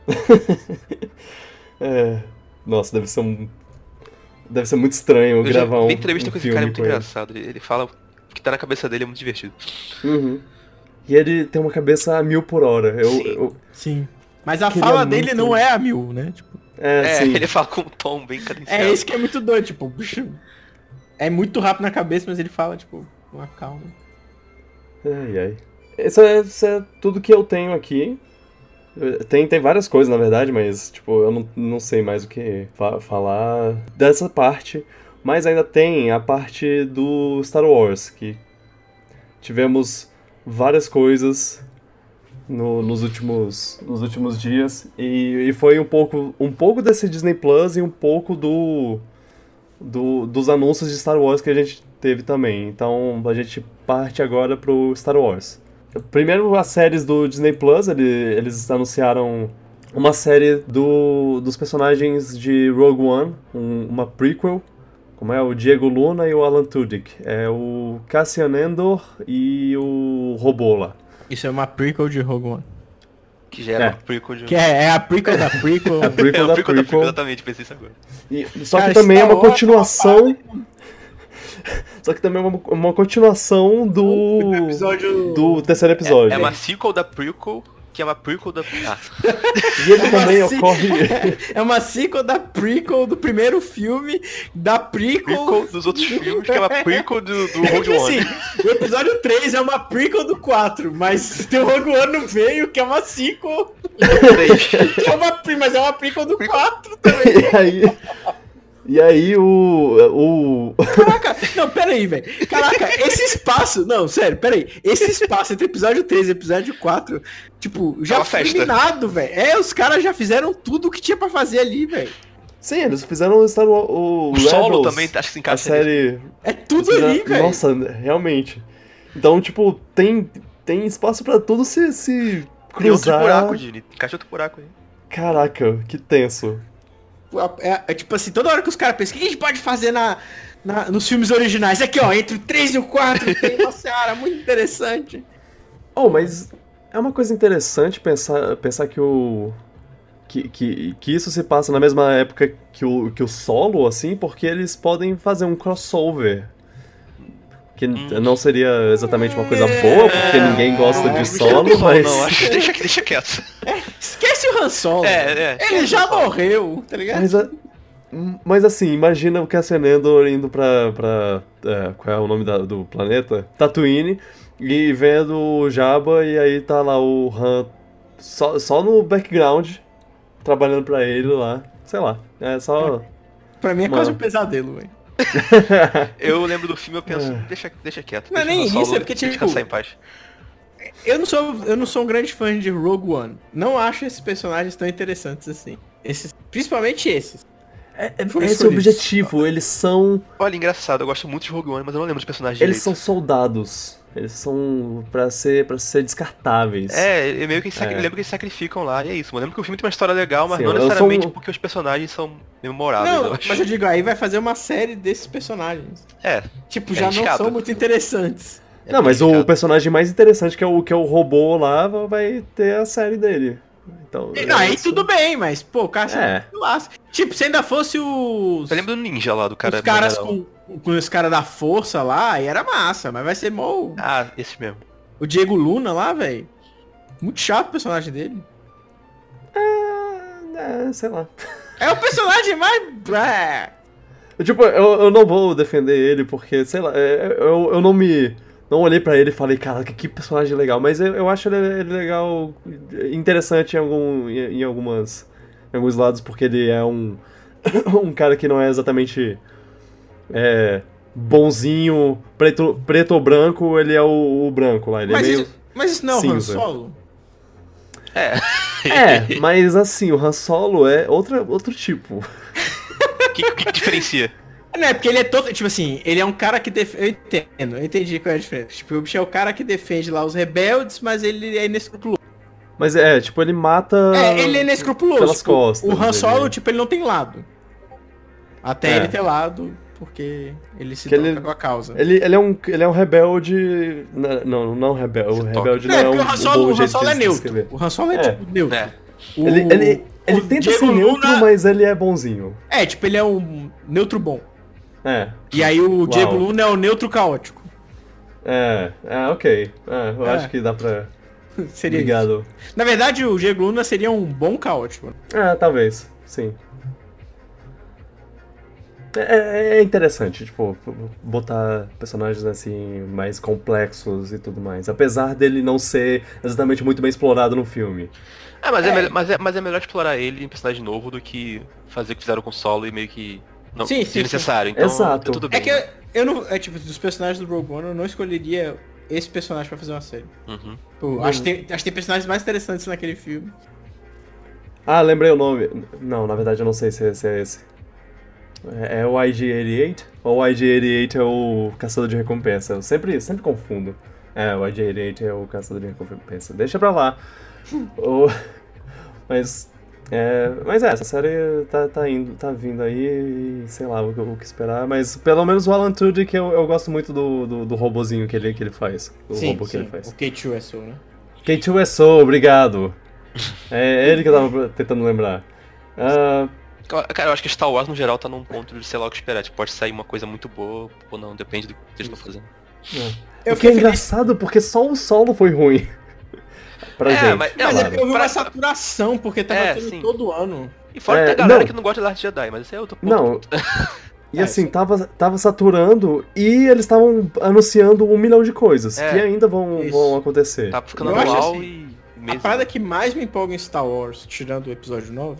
É. Nossa, deve ser um. Deve ser muito estranho Eu já gravar um. vi entrevista um com esse cara, é filme muito com ele. engraçado. Ele, ele fala o que tá na cabeça dele, é muito divertido. Uhum. E ele tem uma cabeça a mil por hora. Eu, Sim. eu- Sim. Mas a Queria fala muito- dele não é a mil, né? Tipo, é, É, sim. ele fala com um tom bem cadenciado. é isso que é muito doido, tipo, bicho, é muito rápido na cabeça, mas ele fala, tipo, com uma calma. Ai, ai. Isso é, isso é tudo que eu tenho aqui. Tem, tem várias coisas, na verdade, mas, tipo, eu não, não sei mais o que fa- falar dessa parte. Mas ainda tem a parte do Star Wars, que tivemos várias coisas no- nos, últimos, nos últimos dias. E, e foi um pouco, um pouco desse Disney Plus e um pouco do, do, dos anúncios de Star Wars que a gente teve também. Então a gente parte agora pro Star Wars. Primeiro, as séries do Disney Plus, ele- eles anunciaram uma série do, dos personagens de Rogue One, um- uma prequel, como é o Diego Luna e o Alan Tudyk. É o Cassian Andor e o robô lá. Isso é uma prequel de Rogue One. Que já era É. uma prequel de... Que é, é a prequel da prequel. A prequel é, da o prequel da prequel. prequel, exatamente, pensei isso agora. E- só Cara, que também é Star uma Wars é uma continuação... Só que também é uma, uma continuação do... episódio- do terceiro episódio. É uma sequel da prequel, que é uma prequel da... Ah, E ele também Assim, ocorre... É uma sequel da prequel do primeiro filme, da prequel... prequel dos outros filmes, que é uma prequel do, do É Rogue que, One. assim, o episódio três é uma prequel do quatro, mas tem o Rogue One no meio, que é uma sequel, Três. que é uma, pre- mas é uma prequel do quatro também. E aí... E aí o... o... Caraca, não, pera aí, velho. Caraca, esse espaço, não, sério, pera aí. Esse espaço entre episódio três e episódio quatro, tipo, já É uma foi festa. minado, velho. É, os caras já fizeram tudo o que tinha pra fazer ali, velho. Sim, eles fizeram o Star Wars... O, O solo Rebels, também, acho que se A encaixa nisso. série... É tudo Fizeram- ali, velho. Nossa, realmente. Então, tipo, tem, tem espaço pra tudo se, se Tem outro cruzar. buraco, Dini. Encaixa outro buraco aí. Caraca, que tenso. É, é tipo assim, toda hora que os caras pensam, o que a gente pode fazer na, na- nos filmes originais? Aqui, ó, entre o três e o quatro tem uma seara muito interessante. Oh, mas é uma coisa interessante pensar, pensar que o... Que, que, que isso se passa na mesma época que o, que o Solo, assim, porque eles podem fazer um crossover. Que Hum. não seria exatamente uma coisa boa, porque ninguém gosta de não, Solo, Não, mas... não, acho, deixa, deixa quieto. Esquece o Han Solo. É, é. Ele já morreu, tá ligado? Mas, a- mas assim, imagina o Cassian Andor indo pra... pra é, qual é o nome da- do planeta? Tatooine, e vendo o Jabba, e aí tá lá o Han só, só no background, trabalhando pra ele lá. Sei lá, é só... Pra mim é Mano. quase um pesadelo, velho. Eu lembro do filme, eu penso, deixa, deixa quieto. Não é deixa nem o Solo isso, é porque, tipo, descansar em paz. Eu não sou, eu não sou um grande fã de Rogue One. Não acho esses personagens tão interessantes assim. Esses, principalmente esses. É, é, Foi esse é o por isso. objetivo, eles são... Olha, engraçado, eu gosto muito de Rogue One, mas eu não lembro dos personagens Eles direito. são soldados. Eles são pra ser, pra ser descartáveis. É, eu meio que sacri... É. eu lembro que eles sacrificam lá, e é isso. Eu lembro que o filme tem uma história legal, mas Sim, não eu sou necessariamente um- porque os personagens são memoráveis, Não, eu acho. mas eu digo, aí vai fazer uma série desses personagens. É, Tipo, É já não arriscado. são muito interessantes. é Não, mas o complicado. personagem mais interessante, que é o, que é o robô lá, vai ter a série dele. Então, Não, aí isso- tudo bem, mas, pô, cara, você É. não lasca. Tipo, se ainda fosse os. Eu lembro do ninja lá, do cara. os caras maneirão. com, com os caras da força lá, aí era massa, mas vai ser mó. Ah, esse mesmo. O Diego Luna lá, velho. Muito chato o personagem dele. É, sei lá. É o personagem mais... Tipo, eu, eu não vou defender ele porque, sei lá, é, eu, eu não me... Não olhei pra ele e falei, cara, que, que personagem legal. Mas eu, eu acho ele, ele legal, interessante em, algum, em, em, algumas, em alguns lados, porque ele é um, um cara que não é exatamente é, bonzinho, preto, preto ou branco, ele é o, o branco lá. Ele mas, é meio isso, mas isso não é o Han cinza. Solo? É. É, mas assim, o Han Solo é outra, outro tipo. O que, que, que diferencia? Não, é porque ele é todo... Tipo assim, ele é um cara que defende... Eu entendo, eu entendi qual é a diferença. Tipo, o bicho é o cara que defende lá os rebeldes, mas ele é inescrupuloso. Mas é, tipo, ele mata É, ele é inescrupuloso. pelas Tipo, costas. o Han Solo, ele... tipo, ele não tem lado. Até É. ele ter lado, porque ele se Que toca ele- com a causa. Ele, ele, é um, ele é um rebelde... Não, não rebelde. O Você rebelde Não, não é é um, porque o Han um Solo, bom o Han jeito Solo é de neutro. descrever. O Han Solo é, É. tipo, neutro. É. O- Ele, ele, ele o tenta Diego ser neutro, Luna- mas ele é bonzinho. É, tipo, ele é um neutro bom. É, E aí o Uau. Diego Luna é o neutro caótico. é, é, ok. É, eu É. acho que dá pra... Seria isso. Obrigado. Na verdade, o Diego Luna seria um bom caótico. É, talvez, sim. É, é interessante, tipo, botar personagens assim, mais complexos e tudo mais. Apesar dele não ser exatamente muito bem explorado no filme. É, mas é, É. melhor- mas, é, mas é melhor explorar ele em personagem novo do que fazer o que fizeram com o Solo e meio que... Não, Sim, sim, desnecessário. Então, Exato. tá tudo bem. É que eu, eu não. É tipo, dos personagens do Rogue One, eu não escolheria esse personagem pra fazer uma série. Uhum. Pô, acho, que tem, acho que tem personagens mais interessantes naquele filme. Ah, lembrei o nome. Não, na verdade eu não sei se, se é esse. É, é o I G oitenta e oito? Ou o I G oitenta e oito é o Caçador de Recompensa? Eu sempre, sempre confundo. É, o I G oitenta e oito é o Caçador de Recompensa. Deixa pra lá. O- Mas... É, mas é, essa série tá, tá, indo, tá vindo aí e sei lá o, que- o que esperar. Mas pelo menos o Alan Tudyk, eu, eu gosto muito do, do, do robozinho que ele, que ele faz. O robô que ele faz. O K dois S O, né? K dois S O, obrigado. É ele que eu tava tentando lembrar. Ah, Cara, eu acho que Star Wars no geral tá num ponto de sei lá o que esperar. Tipo, pode sair uma coisa muito boa ou não, depende do que eles estão fazendo. Eu o que é fiquei feliz- engraçado porque só o solo foi ruim. Pra É, gente. mas- é, Mas claro. é porque eu vi uma Pra- saturação, porque tava É, tendo sim. todo ano. E fora É, que tem a galera não. que não gosta de Last Jedi, mas esse é outro ponto. Não. E É, assim, isso. tava, tava saturando e eles estavam anunciando um milhão de coisas É. que ainda vão, Isso. vão acontecer. Tá ficando Eu acho anual assim, e A mesmo. parada que mais me empolga em Star Wars, tirando o episódio nove,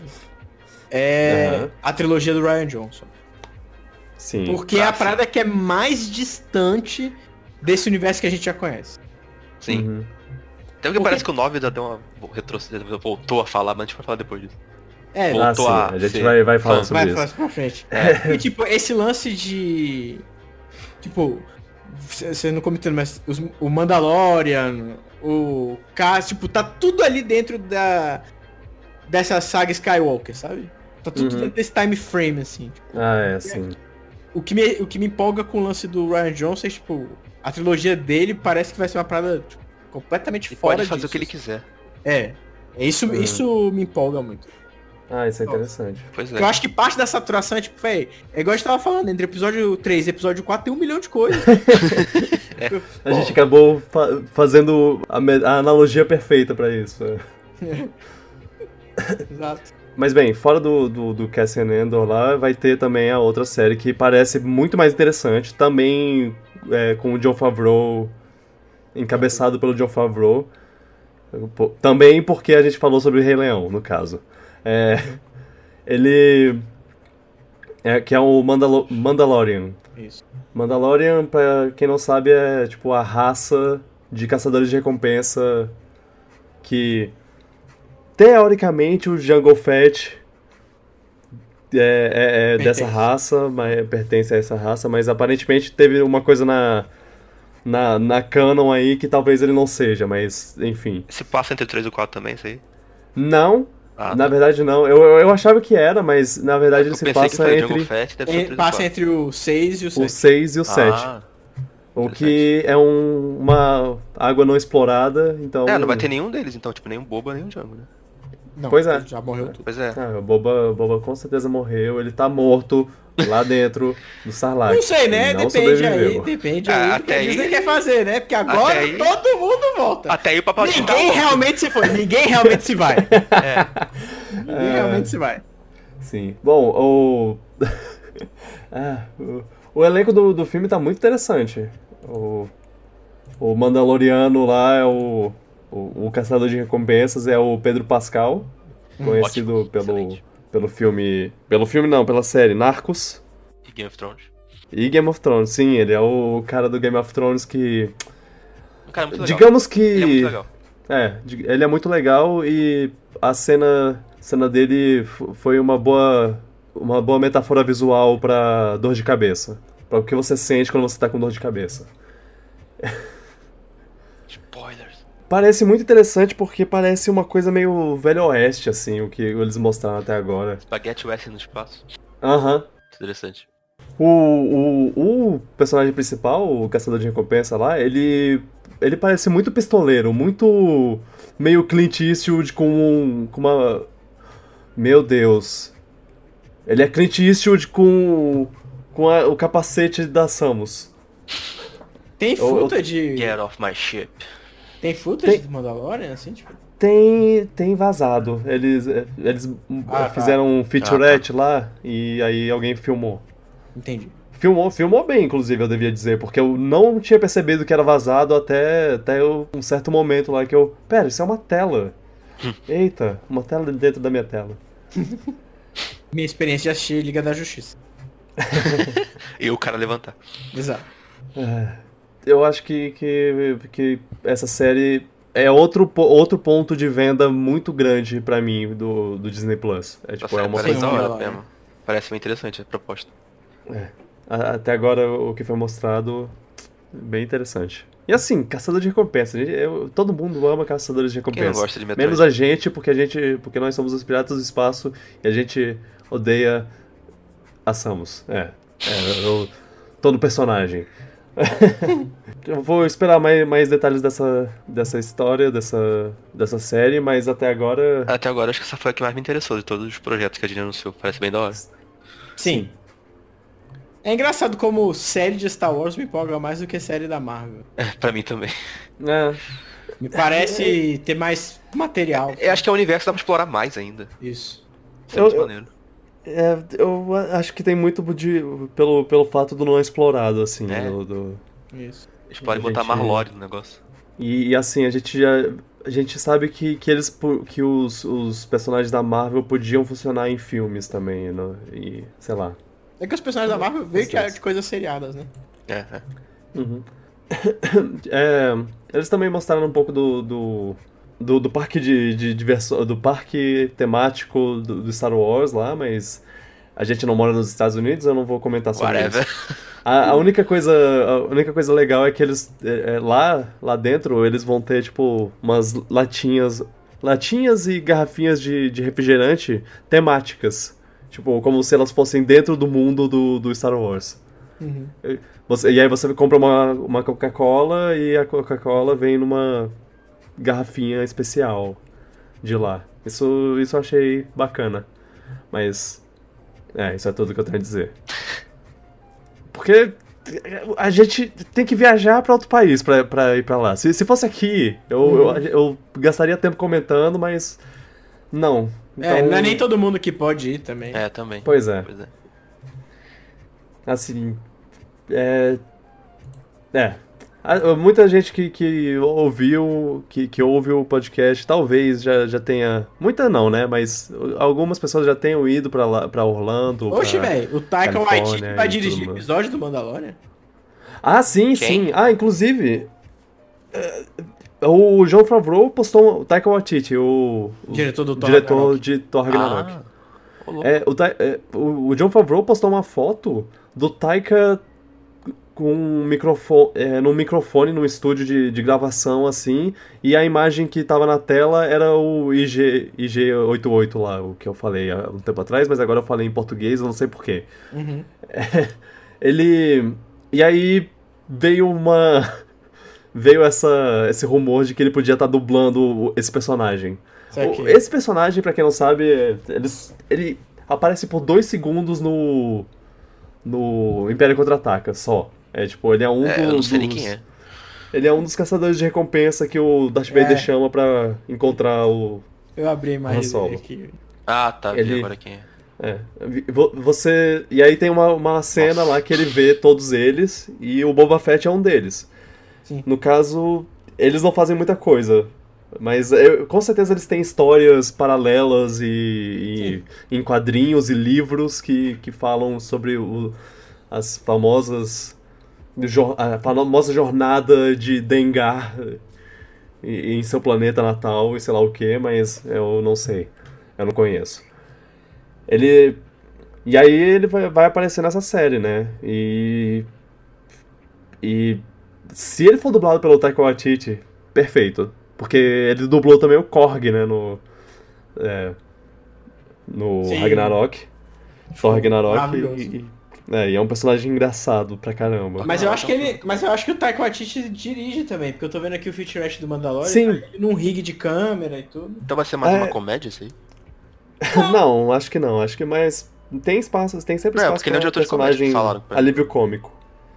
é Aham. a trilogia do Rian Johnson. Sim. Porque é Ah, a sim. parada que é mais distante desse universo que a gente já conhece. Sim. Uhum. Até porque Porque- parece que o nove já deu uma retrocedida, voltou a falar, mas a gente vai falar depois disso. É, Voltou Ah, sim. a A gente ser vai, vai falar fã. sobre vai isso. mais pra frente. É. E tipo, esse lance de. Tipo, você não comentando, mas os- o Mandalorian, o Cass, tipo, tá tudo ali dentro da. Dessa saga Skywalker, sabe? Tá tudo Uhum. dentro desse time frame, assim. Ah, é, sim. O que, me, o que me empolga com o lance do Rian Johnson é, tipo, a trilogia dele parece que vai ser uma parada tipo, completamente E fora pode fazer disso. o que ele quiser. É. É Isso, Uhum. isso me empolga muito. Ah, isso é interessante. Pois Porque é. eu acho que parte da saturação é tipo, véi, é igual a gente tava falando, entre episódio três e episódio quatro tem um milhão de coisas. A gente acabou fa- fazendo a, me- a analogia perfeita pra isso. Exato. Mas bem, fora do, do, do Cassian Andor lá, vai ter também a outra série que parece muito mais interessante, também é, com o Jon Favreau, encabeçado pelo Jon Favreau. Pô, também porque a gente falou sobre o Rei Leão, no caso. É, ele... É, que é o Mandalo- Mandalorian. Isso. Mandalorian, pra quem não sabe, é tipo a raça de caçadores de recompensa que, teoricamente, o Jango Fett é, é- é Pertence. dessa raça, mas, pertence a essa raça, mas aparentemente teve uma coisa na, na, na canon aí que talvez ele não seja, mas enfim. Se passa entre o três e o quatro também, isso aí. Não, Ah, na tá. verdade não. Eu, eu eu achava que era, mas na verdade ele Eu se pensei que passa foi o Jungle entre Fett, deve ser o É, três e o passa quatro. entre o seis e o o sete. seis e o sete. Ah, O que é um, uma água não explorada, então... é, não vai ter nenhum deles então, tipo, nem o Boba nem o Django, né? Não, Pois é. ele já morreu tudo. Pois é. Ah, o Boba, o Boba com certeza morreu, ele tá morto lá dentro do Sarlacc. Não sei, né? Ele não Depende sobreviveu. aí, depende Ah, aí do que até a aí- Disney quer fazer, né? Porque agora aí- todo mundo volta. Até aí o Palpatine tá Ninguém morto. realmente se foi, ninguém realmente se vai. É. Ninguém realmente se vai. Sim. Bom, o... ah, o... o elenco do, do filme tá muito interessante. O, o Mandaloriano lá é o... o... o caçador de recompensas é o Pedro Pascal, conhecido Ótimo, pelo... excelente. pelo filme... Pelo filme não, pela série Narcos E Game of Thrones. e Game of Thrones. Sim, ele é o cara do Game of Thrones que... Um cara muito legal. Digamos que... Ele é muito legal. É, de- ele é muito legal e a cena, cena dele f- foi uma boa, uma boa metáfora visual pra dor de cabeça. Pra o que você sente quando você tá com dor de cabeça. Spoilers. Parece muito interessante porque parece uma coisa meio velho oeste, assim, o que eles mostraram até agora. Spaghetti Western no espaço. Aham. Interessante. O, o, o personagem principal, o caçador de recompensa lá, ele ele parece muito pistoleiro, muito meio Clint Eastwood com, um- com uma... Meu Deus. Ele é Clint Eastwood com, com a- o capacete da Samus. Tem Eu- eu- footage. Get off my ship. Tem footage Tem- do Mandalorian, assim, tipo. Tem, tem vazado. Eles, eles Ah, tá. fizeram um featurette lá e aí alguém filmou. Entendi. Filmou, filmou bem, inclusive, eu devia dizer, porque eu não tinha percebido que era vazado até, até eu- um certo momento lá que eu... Pera, isso é uma tela. Eita, uma tela dentro da minha tela. Minha experiência de assistir Liga da Justiça. E o cara levantar. Exato. Eu acho que, que, que essa série é outro, po- outro ponto de venda muito grande pra mim do, do Disney Plus. É tipo, Tá é uma certo, coisa... parece da Sim, hora Mandalorian. mesmo. Parece bem interessante a proposta. A- Até agora o que foi mostrado, bem interessante. E assim, caçador de recompensa. gente- eu- todo mundo ama caçadores de Quem não recompensa. gosta de Metroid? Menos a gente, porque a gente. Porque nós somos os piratas do espaço e a gente odeia a Samus. É. É, eu tô no personagem. Eu vou esperar mais, mais detalhes dessa, dessa história, dessa, dessa série, mas até agora. Até agora acho que essa foi a que mais me interessou de todos os projetos que a Disney anunciou. Parece bem da hora. Sim. É engraçado como série de Star Wars me empolga mais do que série da Marvel. É, pra mim também. É, Me parece ter mais material. Eu acho que é um universo que dá pra explorar mais ainda. Isso. Isso é muito Eu- maneiro. é, eu acho que tem muito de, pelo, pelo fato do não explorado, assim. É. Do, do- Isso. Eles podem a botar gente- Marlore no negócio. E, e, assim, a gente já. A gente sabe que, que eles pu- que os, os personagens da Marvel podiam funcionar em filmes também, né? E sei lá. É que os personagens da Marvel veio de, Certo. de coisas seriadas, né? É, é. Uhum. É, eles também mostraram um pouco do, do, do, do parque de, de diversão, do parque temático do, do Star Wars lá, mas a gente não mora nos Estados Unidos, eu não vou comentar sobre Whatever. isso. A, a única coisa, a única coisa legal é que eles é, é, lá, lá dentro eles vão ter tipo umas latinhas, latinhas e garrafinhas de, de refrigerante temáticas, tipo como se elas fossem dentro do mundo do, do Star Wars. Uhum. Você, e aí você compra uma, uma Coca-Cola e a Coca-Cola vem numa garrafinha especial de lá. Isso, isso eu achei bacana. Mas, é, isso é tudo que eu tenho a dizer. Porque a gente tem que viajar pra outro país pra, pra ir pra lá. Se, se fosse aqui, eu, eu, eu gastaria tempo comentando, mas não. É, Então, não é nem todo mundo que pode ir também. É, também. Pois é. Pois é. Assim, é... É. Ah, muita gente que, que ouviu, que, que ouve o podcast, talvez já, já tenha... Muita não, né? Mas algumas pessoas já tenham ido pra, lá, pra Orlando. Oxe, pra... velho, o Taika Califórnia Waititi vai e dirigir tudo o mais. episódio do Mandalorian? Ah, sim, Quem? sim. Ah, inclusive... é, o Jon Favreau postou... O Taika Waititi, o... o Diretor do Thor diretor Ragnarok. de Thor Ragnarok. Ah, ô, louco. É, o, Ta- é, o, o Jon Favreau postou uma foto do Taika com um microfone, é, num microfone num estúdio de, de gravação, assim, e a imagem que tava na tela era o I G, I G oitenta e oito lá, o que eu falei há um tempo atrás, mas agora eu falei em português, eu não sei porquê. Uhum. Ele... E aí veio uma... Veio essa, esse rumor de que ele podia estar dublando o- esse personagem. O- Esse personagem, pra quem não sabe, é- eles, ele aparece por dois segundos no. No Império Contra-Ataca, só. É tipo, ele é um É, dos. eu não sei nem dos- quem é. Ele é um dos caçadores de recompensa que o Darth Vader É. chama pra encontrar o. Eu abri a imagem Han Solo. dele aqui. Ah, tá, vi Ele- agora quem é. É. Vo- Você. E aí tem uma, uma cena Nossa. lá que ele vê todos eles e o Boba Fett é um deles. Sim. No caso, eles não fazem muita coisa. Mas eu- com certeza eles têm histórias paralelas e, e em quadrinhos e livros que, que falam sobre o- as famosas. jor- A famosa jornada de Dengar e- em seu planeta natal e sei lá o que, mas eu não sei. Eu não conheço. Ele. E aí ele vai, vai aparecer nessa série, né? E. E. Se ele for dublado pelo Taika Waititi, perfeito. Porque ele dublou também o Korg, né? No. É, no Sim. Ragnarok. Thor Ragnarok. Maravilhoso. E, e- é, e é um personagem engraçado pra caramba. Mas eu acho que ele. Mas eu acho que o Taika Waititi dirige também, porque eu tô vendo aqui o featurette do Mandalorian. Sim. Tá ele num rig de câmera e tudo. Então vai ser mais É. uma comédia isso aí? Não, acho que não. Acho que mais. Tem espaço, tem sempre Não, espaço porque ele é um pra diretor de comédia, personagem falaram pra mim. alívio cômico.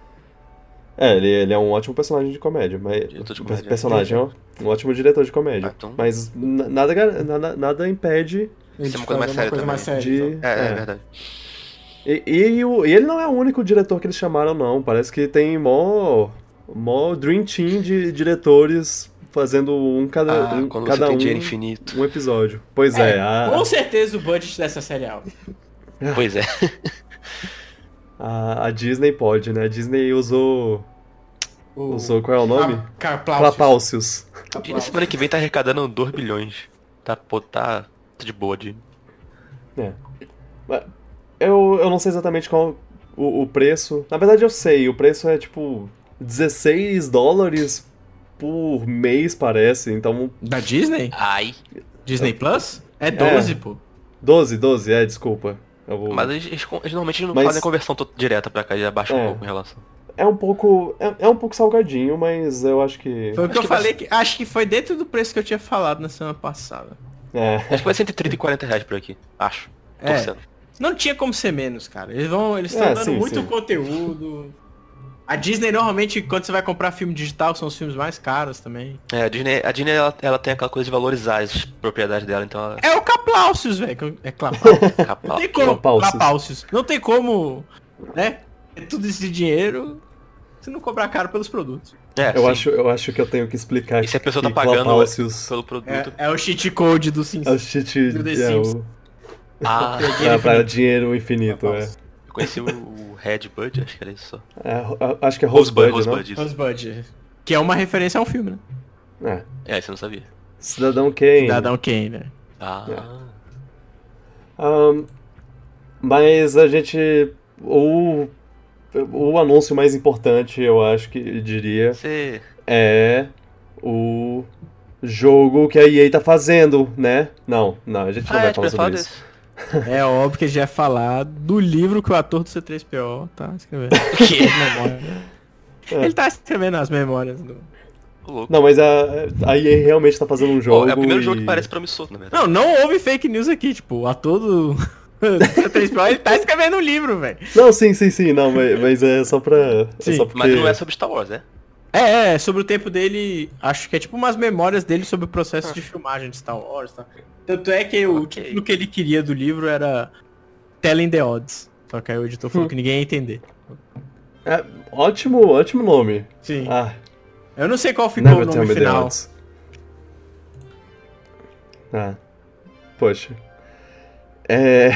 É, ele, ele é um ótimo personagem de comédia. Mas, Diretor de comédia, personagem, ó. Um ótimo diretor de comédia. Ah, então- Mas n- nada, gar- nada, nada impede Ele Isso é uma de coisa mais fazer séria mais também. séria, de. então. É, é, é. verdade. E, e, o- e ele não é o único diretor que eles chamaram, não. Parece que tem mó. mó Dream Team de diretores fazendo um cada, Ah, um, quando cada você tem um dinheiro infinito. um episódio. Pois é, É, a, com certeza o budget dessa série é alto. Pois é. a, a Disney pode, né? A Disney usou. O... Usou qual é o nome? Carpláucios. Clapaucius. E semana que vem tá arrecadando dois bilhões. Tá, pô, tá tá de boa de... É. Mas Eu, eu não sei exatamente qual o, o preço. Na verdade eu sei, o preço é tipo dezesseis dólares por mês, parece. Então, Da Disney? Ai. Disney Plus? É doze, pô. doze, doze, é, desculpa. Eu vou- Mas eles, eles, eles normalmente não Mas- fazem a conversão to- direta pra cá, eles abaixam É. um pouco em relação. É um pouco. É, é um pouco salgadinho, mas eu acho que. Foi o que Acho eu que vai falei, que, acho que foi dentro do preço que eu tinha falado na semana passada. É. Acho que vai ser entre trinta e quarenta reais por aqui. Acho. É. Torcendo. Não tinha como ser menos, cara. Eles vão, eles estão É, dando sim, muito sim. conteúdo. A Disney normalmente, quando você vai comprar filme digital, são os filmes mais caros também. É, a Disney, a Disney ela, ela tem aquela coisa de valorizar as propriedades dela, então ela... É o Capláucios, velho. É Clapaucius. Capa- Não tem como. Clapaucius. Clapaucius. Não tem como, né? É tudo esse dinheiro se não cobrar caro pelos produtos. É, Eu sim. acho, eu acho que eu tenho que explicar E se a pessoa tá que pagando Clapaucius pelo produto... É, é o cheat code do Sims. é o cheat. Do The É, Sims. o, Ah, é pra dinheiro infinito, é. eu conheci o, o Red Bud, acho que era isso só. É, ro- acho que é Rosebud, Rosebud, né? Rosebud, isso. Rosebud. Que é uma referência a um filme, né? É. É, você não sabia. Cidadão Kane. Cidadão Kane, né? Ah, Ahn, mas a gente. O, o anúncio mais importante, eu acho que eu diria, você... é o jogo que a E A tá fazendo, né? Não, não, a gente não Ah, vai é, falar tipo, fala sobre isso. desse. É óbvio que a gente vai falar do livro que o ator do C três P O tá escrevendo. O quê? É. Ele tá escrevendo as memórias do... Ô, louco. Não, mas a, a E A realmente tá fazendo um jogo. Ó, é o primeiro e... jogo que parece promissor, na verdade. Não, não houve fake news aqui, tipo, o ator do do C três P O, ele tá escrevendo um livro, velho. Não, sim, sim, sim, não, mas, mas é só pra. É Sim, só porque... Mas não é sobre Star Wars, é? É, é, sobre o tempo dele, acho que é tipo umas memórias dele sobre o processo de filmagem de Star Wars, tá? Tanto é que o Ok. título que ele queria do livro era Telling the Odds. Só que aí o editor falou que ninguém ia entender. É, ótimo, ótimo nome. Sim. Ah, Eu não sei qual ficou o Never Tell nome Me the final. Odds. Ah, poxa. É...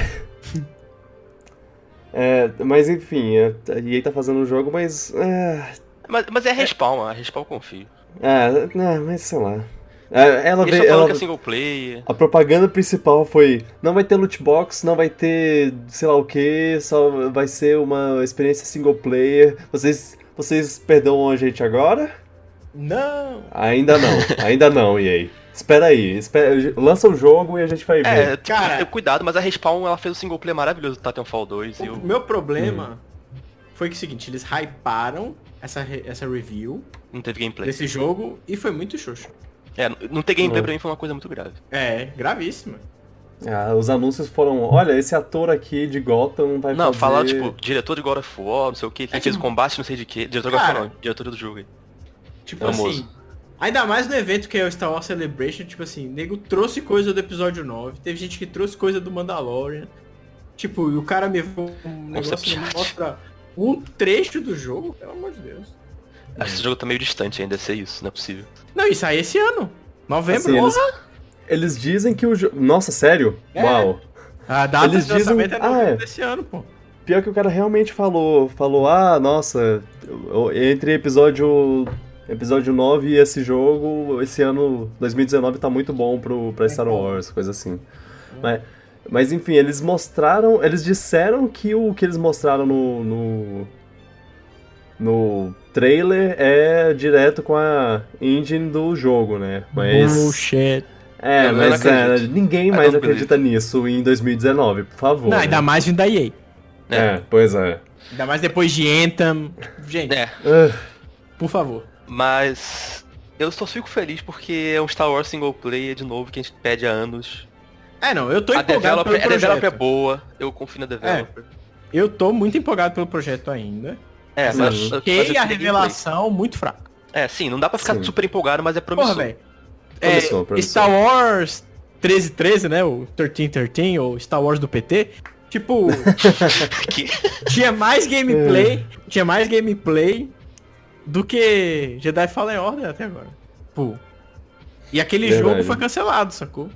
é... Mas enfim, a E A tá fazendo um jogo, mas... É, Mas, mas é a Respawn, a Respawn eu confio. é, é, mas sei lá. É, ela Eles vê... estão falando Ela... que é single player. A propaganda principal foi: não vai ter loot box, não vai ter sei lá o que, só vai ser uma experiência single player. Vocês, vocês perdoam a gente agora? Não! Ainda não, ainda não, E A. Espera aí, espera, lança o jogo e a gente vai ver. É, tipo, Cara- cuidado, mas a Respawn ela fez o single player maravilhoso do Titanfall dois e O o... meu problema foi que é o seguinte, eles hyparam essa, re- essa review não teve gameplay. desse jogo e foi muito xoxo. É, não ter gameplay Não. pra mim foi uma coisa muito grave. É, gravíssima. Ah, os anúncios foram, olha, esse ator aqui de Gotham vai Não, fazer... falaram, tipo, diretor de God of War, não sei o que, quem É fez tipo- combate, não sei de que. Diretor de God of Cara. War não, diretor do jogo aí. Tipo Famoso. assim, ainda mais no evento que é o Star Wars Celebration, tipo assim, nego trouxe coisa do episódio nove, teve gente que trouxe coisa do Mandalorian. Tipo, e o cara me um negócio que me art. mostra um trecho do jogo, pelo amor de Deus. Acho que esse jogo tá meio distante ainda, deve ser isso, não é possível. Não, isso aí esse ano. Novembro, Assim, eles, porra. eles dizem que o jogo... Nossa, sério? É. Uau. A data eles de dizem- lançamento é ah, novembro é. desse ano, pô. Pior que o cara realmente falou, falou, ah, nossa, entre episódio, episódio nove e esse jogo, esse ano, dois mil e dezenove, tá muito bom pro, pra Star Wars, coisa assim. Mas, mas enfim, eles mostraram, eles disseram que o que eles mostraram no, no, no trailer é direto com a engine do jogo, né? Mas... Bullshit. É, Eu não mas é, acredito. ninguém I mais don't acredita nisso em dois mil e dezenove, por favor. Não, né? ainda mais vindo da E A. É, pois é. Ainda mais depois de Anthem. Gente, É, Ah, por favor. mas eu só fico feliz porque é um Star Wars single player de novo que a gente pede há anos. É, não, eu tô A empolgado developer, pelo a developer é projeto. boa, eu confio na developer. Eu tô muito empolgado pelo projeto ainda. É, Sim. mas, mas eu E queria a gameplay. revelação muito fraca. É, sim, não dá pra ficar Sim. super empolgado, mas é promissor. Porra, velho. Promissor, É, promissor. Star Wars treze treze, né? O treze treze, ou Star Wars do P T. Tipo, Que- tinha mais gameplay, tinha mais gameplay do que Jedi Fallen Order até agora. Pô. E aquele Verdade. jogo foi cancelado, sacou?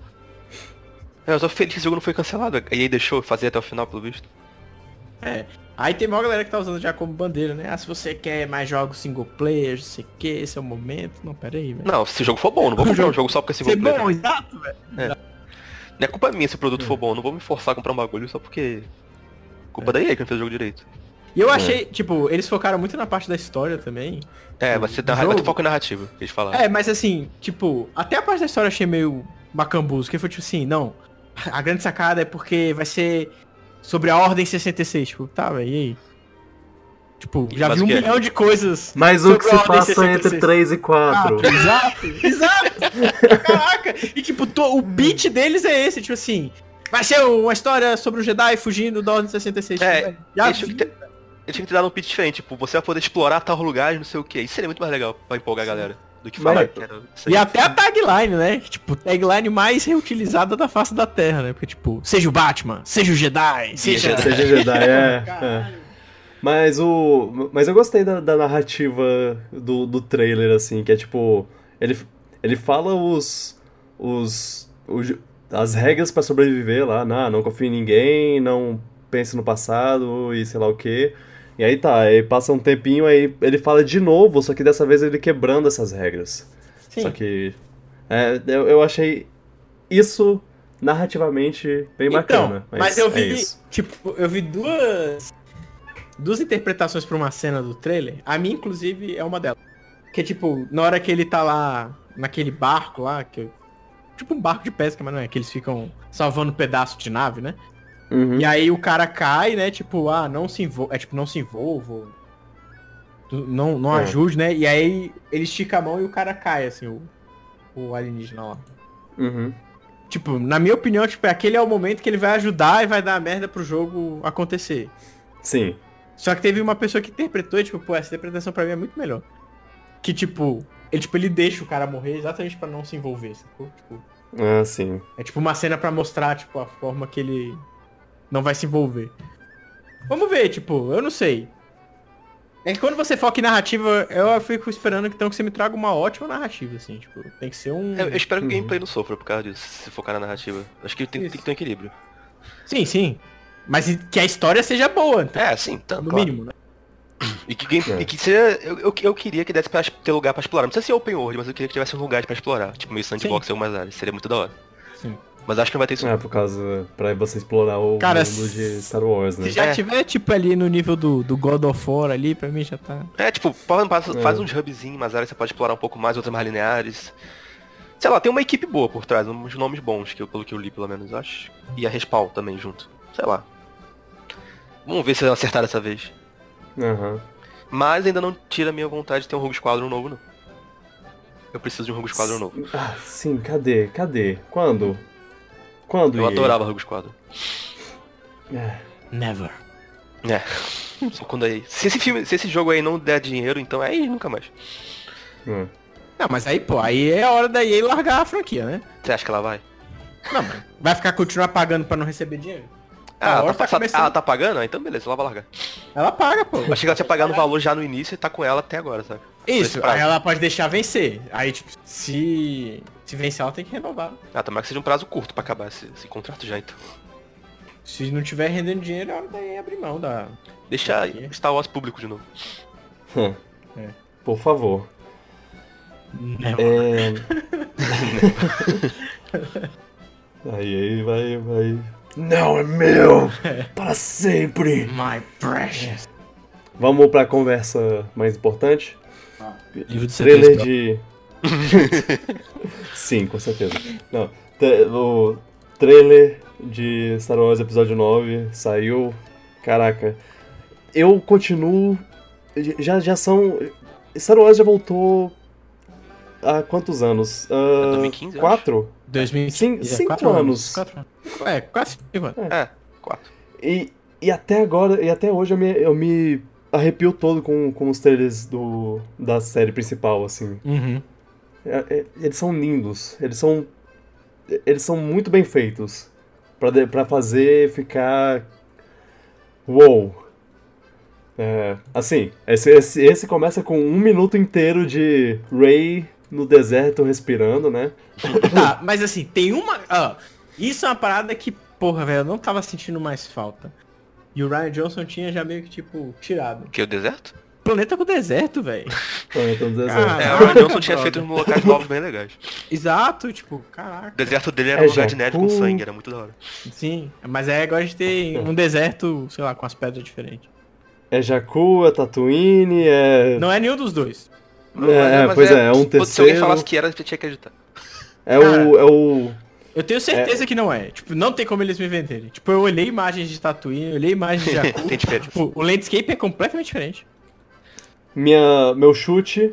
Eu tô feliz que esse jogo não foi cancelado. E aí deixou fazer até o final, pelo visto. É. Aí tem uma galera que tá usando já como bandeira, né? Ah, se você quer mais jogos single player, não sei o que, esse é o momento. Não, pera aí, velho. Não, se o jogo for bom, não vou O comprar jogo- um jogo só porque é single Ser player. bom, exato, velho. Não é culpa minha se o produto for bom, não vou me forçar a comprar um bagulho só porque... Culpa da E A que não fez o jogo direito. E eu achei, tipo, eles focaram muito na parte da história também. É, vai, ser, vai jogo? ter foco em narrativa, que eles falaram. É, mas assim, tipo, até a parte da história eu achei meio macambuzo, que foi tipo assim, não, a grande sacada é porque vai ser sobre a Ordem sessenta e seis, tipo, tá, velho, e aí? Tipo, já Mas vi o um quê? milhão de coisas. Mas o sobre que a se Ordem passa sessenta e entre seis. três e quatro. Ah, exato, exato. Caraca, e tipo, to- o beat deles é esse, tipo assim, vai ser uma história sobre o Jedi fugindo da Ordem sessenta e seis. É, tipo, velho, já eles tinham vi. que ter, eles tinham que ter dado um pitch diferente, tipo, você vai poder explorar tal lugar e não sei o que. Isso seria muito mais legal pra empolgar a galera do que falar Mas- que era isso aí. E até a tagline, né? Tipo, tagline mais reutilizada da face da Terra, né? Porque, tipo, seja o Batman, seja o Jedi, seja... Jedi. Seja Jedi, é. é. Caralho. Mas o. Mas eu gostei da, da narrativa do, do trailer, assim, que é tipo. Ele, ele fala os. os. os- as regras pra sobreviver lá, não, não confia em ninguém, não pense no passado e sei lá o quê. E aí tá, aí passa um tempinho, aí ele fala de novo, só que dessa vez ele quebrando essas regras. Sim. Só que. É, eu, eu achei isso narrativamente bem Então, bacana. Mas, mas eu é vi, isso. tipo, eu vi duas duas interpretações pra uma cena do trailer. A minha, inclusive, é uma delas. Que é tipo, na hora que ele tá lá naquele barco lá, que eu- tipo um barco de pesca, mas não é, que eles ficam salvando um pedaço de nave, né? Uhum. E aí o cara cai, né? Tipo, ah, não se envolva. É tipo, não se envolva. ou tu- Não, não É. ajude, né? E aí ele estica a mão e o cara cai, assim, o, o alienígena lá. Uhum. Tipo, na minha opinião, tipo, aquele é o momento que ele vai ajudar e vai dar a merda pro jogo acontecer. Sim. Só que teve uma pessoa que interpretou e, tipo, pô, essa interpretação pra mim é muito melhor. Que, tipo, ele, tipo, ele deixa o cara morrer exatamente pra não se envolver, sacou? Tipo, Ah, sim. é tipo uma cena pra mostrar, tipo, a forma que ele não vai se envolver. Vamos ver, tipo, eu não sei. É que quando você foca em narrativa, eu fico esperando então que você me traga uma ótima narrativa, assim, tipo, tem que ser um... Eu, eu espero que o Uhum. gameplay não sofra por causa disso, se focar na narrativa. Acho que tem, tem que ter um equilíbrio. Sim, sim. Mas que a história seja boa, então, É, sim, tá, no claro. mínimo, né? E que, game, É. e que seja. Eu, eu, eu queria que desse pra ter lugar pra explorar. Não precisa ser open world, mas eu queria que tivesse um lugar pra explorar. Tipo, meio sandbox em algumas áreas. Seria muito da hora. Sim. Mas acho que não vai ter isso. É, por causa. Pra você explorar o Cara, mundo de Star Wars, né? Se já É. tiver, tipo, ali no nível do, do God of War ali, pra mim já tá... É, tipo, faz, faz, É. faz uns hubzinhos, umas áreas que você pode explorar um pouco mais, outras mais lineares. Sei lá, tem uma equipe boa por trás, uns nomes bons, que eu, pelo que eu li, pelo menos, eu acho. E a Respawn também junto. Sei lá. Vamos ver se eu acertar dessa vez. Aham. Mas ainda não tira a minha vontade de ter um Rogue Squadron novo, não. Eu preciso de um Rogue Squadron novo. Ah, sim, cadê? Cadê? Quando? Quando? Eu E aí? adorava Rogue Squadron. É. Never. É. Só quando aí. Se esse filme, se esse jogo aí não der dinheiro, então aí nunca mais. Hum. Não, mas aí, pô, aí é a hora da E A largar a franquia, né? Você acha que ela vai? Não, mas vai ficar continuar pagando pra não receber dinheiro? Ah, A ela hora tá, tá começando- ela tá pagando? Ah, então beleza, ela vai largar. Ela paga, pô. Eu achei que ela tinha pagado o valor já no início e tá com ela até agora, sabe? Isso, Nesse prazo. aí ela pode deixar vencer. Aí, tipo, se. Se vencer, ela tem que renovar. Ah, tomara que seja um prazo curto pra acabar esse, esse contrato já, então. Se não tiver rendendo dinheiro, é hora da E A abrir mão da. Deixa Aqui. Star Wars público de novo. Hum. É. Por favor. Never. É... aí, aí vai, vai... Não, é meu! Para sempre! My precious. Vamos pra conversa mais importante? Livro de Trailer de... Sim, com certeza. Não, te- o trailer de Star Wars Episódio nove saiu. Caraca, eu continuo... Já, já são... Star Wars já voltou... Há quantos anos? Uh, dois mil e quinze, eu quatro? dois mil e Cin- quinze, é, cinco quatro anos. Quatro anos. É, quase cinco anos. É, quatro. E, e até agora, e até hoje eu me, eu me arrepio todo com, com os trailers do, da série principal, assim. Uhum. É- é- eles são lindos, eles são eles são muito bem feitos pra, de- pra fazer ficar uou. É, assim, esse, esse, esse começa com um minuto inteiro de Rey no deserto respirando, né? Tá, mas assim, tem uma. Ó, isso é uma parada que, porra, velho, eu não tava sentindo mais falta. E o Ryan Johnson tinha já meio que, tipo, tirado. Que o deserto? Planeta com deserto, velho. Planeta no deserto. Ah, É, o Ryan Johnson tinha brother. feito uns locais novos bem legais. Exato, tipo, O caraca. deserto dele era É, um lugar de já. neve com Uh. sangue, era muito da hora. Sim, mas aí agora a gente tem um deserto, sei lá, com as pedras diferentes. É Jakku, é Tatooine, é... Não é nenhum dos dois. É, Mas pois é, é um Se alguém terceiro. falasse que era, você tinha que acreditar. É Cara, o... É o... Eu tenho certeza que não é. Tipo, não tem como eles me venderem. Tipo, eu olhei imagens de Tatooine, eu olhei imagens de Jakku. Tem diferença. Tipo, o landscape é completamente diferente. Minha, meu chute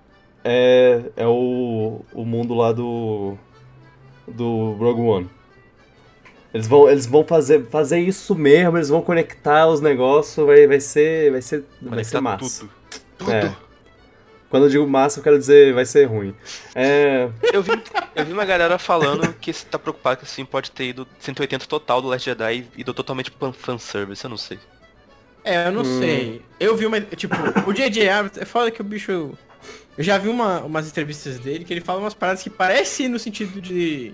é, é o, o mundo lá do do Rogue One. Eles vão, eles vão fazer, fazer isso mesmo, eles vão conectar os negócios, vai, vai ser, vai ser, vai ser Conectar massa. tudo. Tudo. É. Quando eu digo massa, eu quero dizer vai ser ruim. É, Eu vi, eu vi uma galera falando que tá preocupado que assim pode ter ido cento e oitenta total do Last Jedi e ido totalmente pro fanservice, eu não sei. É, eu não Hum. sei. Eu vi uma. Tipo, o J J Abrams, é foda que o bicho. Eu já vi uma, umas entrevistas dele que ele fala umas paradas que parecem no sentido de.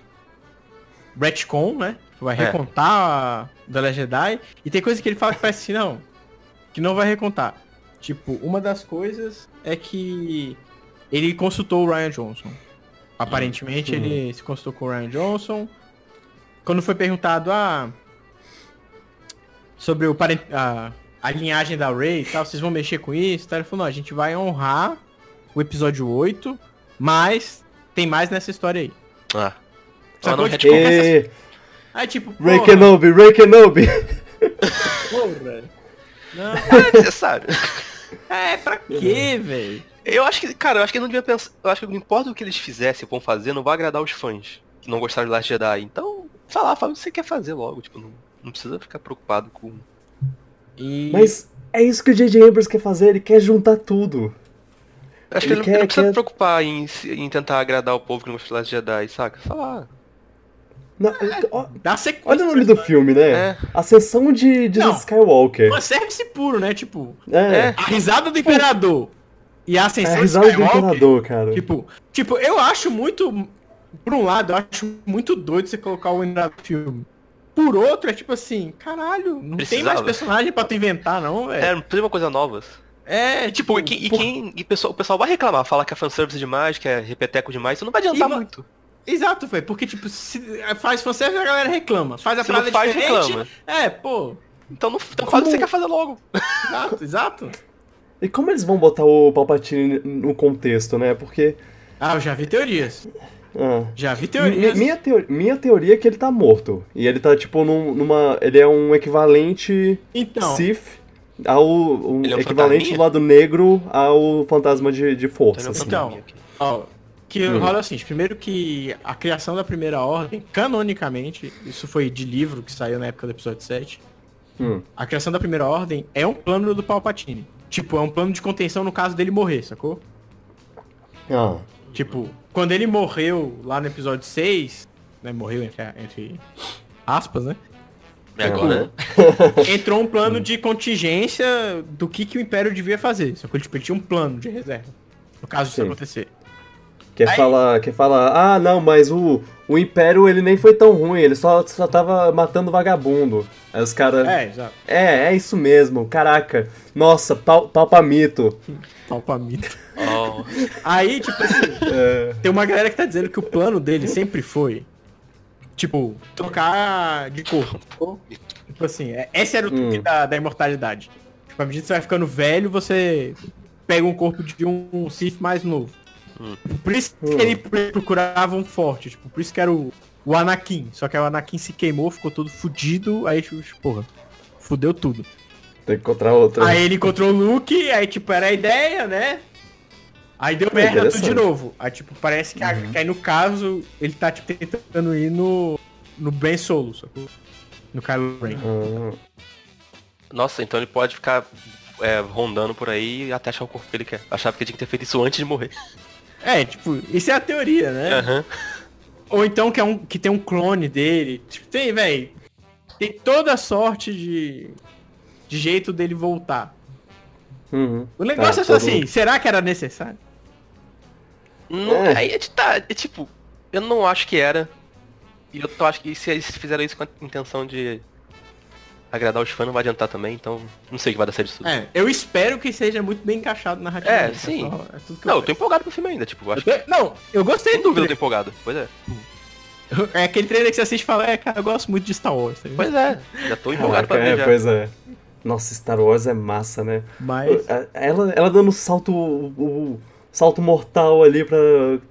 retcon, né? Vai É. recontar a The Last Jedi. E tem coisa que ele fala que parece assim, não. Que não vai recontar. Tipo, uma das coisas é que ele consultou o Ryan Johnson. Aparentemente Hum. ele se consultou com o Ryan Johnson. Quando foi perguntado, ah. Sobre o parent... a, a linhagem da Rey e tal, vocês vão mexer com isso? Então ele falou, não, a gente vai honrar o episódio oito, mas tem mais nessa história aí. Ah. Sacou? Ah, não, Tipo, retcon. e... Aí tipo, Ray porra, Kenobi, Ray Kenobi. porra. Não, É necessário. é, pra quê, velho? Eu acho que, cara, eu acho que não devia pensar. Eu acho que não importa o que eles fizessem ou vão fazer, não vai agradar os fãs que não gostaram de Last Jedi. Então, sei lá, fala o que você quer fazer logo. Tipo, não, não precisa ficar preocupado com. E... Mas é isso que o J J Abrams quer fazer, ele quer juntar tudo. Eu acho que Ele ele, não- quer- ele não precisa quer- se preocupar em, se- em tentar agradar o povo que não gosta de Last Jedi, saca? Falar. Não, ó, Dá sequência. olha o nome do filme, né? É. Ascensão de, de Não. Skywalker. Uma service puro, né? Tipo, É, a risada do Imperador e a é ascensão a de risada do Skywalker. Imperador, cara. Tipo, tipo, eu acho muito... Por um lado, eu acho muito doido você colocar o Imperador no filme. Por outro, é tipo assim, caralho, não tem Precisava. mais personagem pra tu inventar, não, É, velho. não precisa de uma coisa nova. É, Tipo, e, quem- e quem. E pessoal, o pessoal vai reclamar, falar que é fanservice demais, que é repeteco demais, isso não vai adiantar E va- muito. Exato, velho, porque, tipo, se faz fanservice, a galera reclama. Faz a Se não parada faz, diferente. reclama. É, pô, Então, não, então faz o que você quer fazer logo. exato, exato. E como eles vão botar o Palpatine no contexto, né? Porque... Ah, eu já vi teorias. ah, Já vi mi- teorias. minha, teo- minha teoria é que ele tá morto. E ele tá, tipo, num- numa... Ele é um equivalente Então, Sith ao... Um Ele é um equivalente fantasminha? do lado negro ao fantasma de, de força, Então, assim. Então, fantasminha aqui. Ó, que Hum. rola assim, primeiro que a criação da Primeira Ordem, canonicamente, isso foi de livro que saiu na época do episódio sete, Hum. a criação da Primeira Ordem é um plano do Palpatine. Tipo, é um plano de contenção no caso dele morrer, sacou? Ah. Tipo, quando ele morreu lá no episódio seis, né, morreu entre, entre aspas, né? E agora? Entrou um plano de contingência do que, que o Império devia fazer. Só que tipo, ele tinha um plano de reserva. No caso disso Sim. acontecer. Quer Aí- falar, quer falar, ah, não, mas o, o Império ele nem foi tão ruim, ele só, só tava matando vagabundo. Aí os caras. É, exato. É, é isso mesmo, caraca. Nossa, pau, palpamito. Palpamito. Oh. Aí, tipo assim, É, tem uma galera que tá dizendo que o plano dele sempre foi, tipo, trocar de corpo. sacou? Tipo assim, é- esse era o truque Hum. da, da imortalidade. Tipo, à medida que você vai ficando velho, você pega um corpo de um Sith mais novo. Hum. Por isso Hum. que ele procurava um forte, tipo, por isso que era o, o Anakin. Só que aí o Anakin se queimou, ficou todo fudido, aí, tipo, porra, fudeu tudo. tem que encontrar outra. Aí ele encontrou o Luke, aí tipo, era a ideia, né? Aí deu É merda tudo de interessante. novo. Aí tipo, parece que, a- que aí no caso, ele tá tipo, tentando ir no, no Ben Solo, sacou? No Kylo Ren. Ah, Nossa, então ele pode ficar é, rondando por aí até achar o corpo que ele quer. Achava que ele tinha que ter feito isso antes de morrer. É, tipo, isso é a teoria, né? Aham. Ou então que, é um, que tem um clone dele. Tipo, tem, velho. Tem toda a sorte de, de jeito dele voltar. uhum. O negócio Tá, é só todo- assim, será que era necessário? Não, É. Aí é, de tá, é tipo, eu não acho que era. E eu tô, acho que se eles fizeram isso com a intenção de agradar os fãs, não vai adiantar também, então não sei o que vai dar certo disso tudo. É, eu espero que seja muito bem encaixado narrativamente. É, sim. só- é tudo que Não, eu peço. tô empolgado pro filme ainda, tipo, eu acho Eu tô- Não, eu gostei Sem do dúvida eu tô trailer. empolgado. Pois é. É aquele trailer que você assiste e fala, é, cara, eu gosto muito de Star Wars, tá ligado? Pois é. Já tô empolgado Caraca, pra ver é, já. pois é. Nossa, Star Wars é massa, né? Mas. Ela, ela dando salto, o, o salto mortal ali pra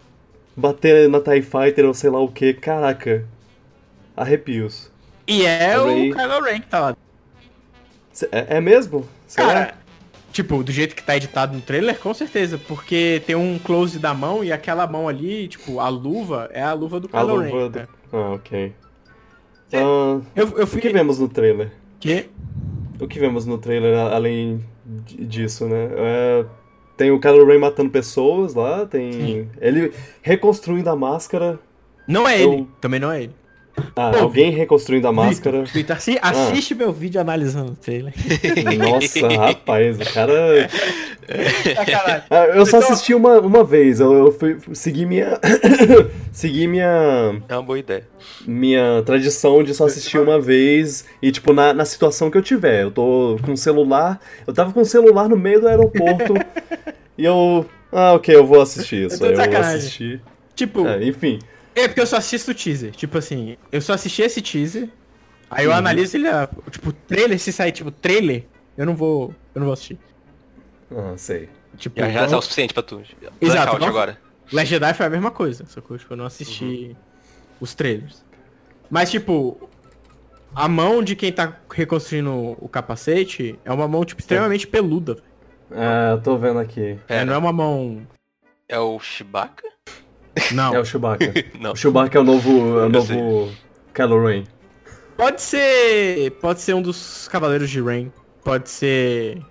bater na TIE Fighter ou sei lá o que, caraca. Arrepios. E é Ray- o Kylo Ren que tá lá. Cê- É, é mesmo? Será? Cara, tipo, do jeito que tá editado no trailer, com certeza. Porque tem um close da mão e aquela mão ali, tipo, a luva é a luva do A Kylo luva Ren. do... né? Ah, ok. É. Ah, Eu, eu o fui. que vemos no trailer? Que? O que vemos no trailer a- além di- disso, né? É, tem o Kylo Ren matando pessoas lá, tem Sim. ele reconstruindo a máscara. Não é Eu- ele. Também não é ele. Ah, Pô, alguém reconstruindo a máscara. Vitor, Vitor, assi- Ah. assiste meu vídeo analisando o trailer. Nossa, rapaz, o cara. Sacanagem. Ah, eu só Então- assisti uma, uma vez, eu, eu fui segui minha. segui minha. É uma boa ideia. Minha tradição de só assistir uma vez e, tipo, na, na situação que eu tiver. Eu tô com o celular. Eu tava com o celular no meio do aeroporto e eu. Ah, ok, eu vou assistir isso. tô Aí de eu vou sacanagem. assistir. Tipo, É, enfim. é porque eu só assisto o teaser. Tipo assim, eu só assisti esse teaser. Aí eu Uhum. analiso ele, ah, tipo, trailer, se sair, tipo, trailer, eu não vou. Eu não vou assistir. Ah, sei. Tipo, Já, já é eu- o suficiente pra tu. Exato, Blackout não- agora. Last Jedi foi a mesma coisa, só que tipo, eu não assisti os trailers. Mas, tipo, a mão de quem tá reconstruindo o capacete é uma mão, tipo, extremamente peluda. Ah, eu tô vendo aqui. É, Pera, não é uma mão... é o Chewbacca? Não. É o Chewbacca. Não. O Chewbacca é o novo. É o Eu novo. Kylo Ren. Pode ser... Pode ser um dos Cavaleiros de Rain. Pode ser...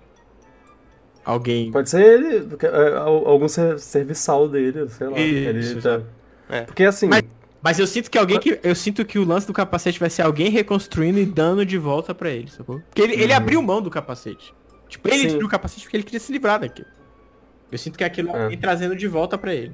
Alguém... Pode ser ele. é, al- algum ser- serviçal dele, sei lá. Isso, ele tá... exato. É. Porque assim. Mas- Mas eu sinto que alguém que... Eu sinto que o lance do capacete vai ser alguém reconstruindo e dando de volta pra ele, sacou? Porque ele, ele abriu mão do capacete. Tipo, ele Sim. destruiu o capacete porque ele queria se livrar daquilo. Eu sinto que é aquilo É. alguém trazendo de volta pra ele.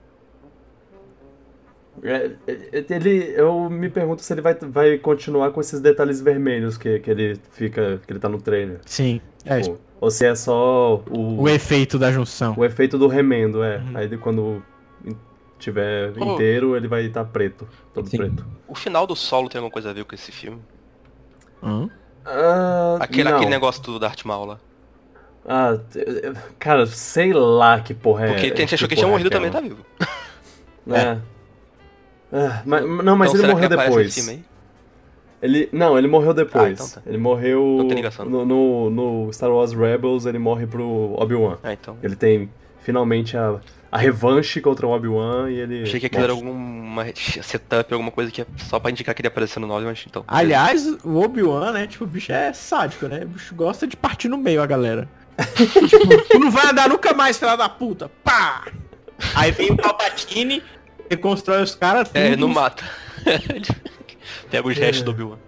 É, é, ele, eu me pergunto se ele vai, vai continuar com esses detalhes vermelhos que, que ele fica, que ele tá no trailer. Sim. É, Tipo, ou se é só o, o efeito da junção. o efeito do remendo, é. Uhum. Aí de quando tiver Oh. inteiro, ele vai estar preto, todo Sim. preto. O final do solo tem alguma coisa a ver com esse filme? Hã? Ah, Aquele, não. aquele negócio do Darth Maul lá. Ah, t- cara, sei lá que porra é. Porque a gente achou que que ele tinha porra é morrido também, aquela. tá vivo. É. Ah, mas, não, mas Então, ele será morreu que aparece depois. nesse filme Ele, não, ele morreu depois. Ah, então tá. Ele morreu Não tem ligação. no, no, no Star Wars Rebels, ele morre pro Obi-Wan. aí? Ah, então. Ele tem finalmente a, a revanche contra o Obi-Wan e ele... Achei que aquilo era morre. alguma setup, alguma coisa que é só pra indicar que ele ia aparecer no nove, mas então... Aliás, o Obi-Wan, né, tipo, o bicho é sádico, né? O bicho gosta de partir no meio a galera. Tipo, tu não vai andar nunca mais, filha da puta. Pá! Aí vem o Palpatine, reconstrói os caras, tudo. É, ele não mata. Pega os restos É. do Obi-Wan.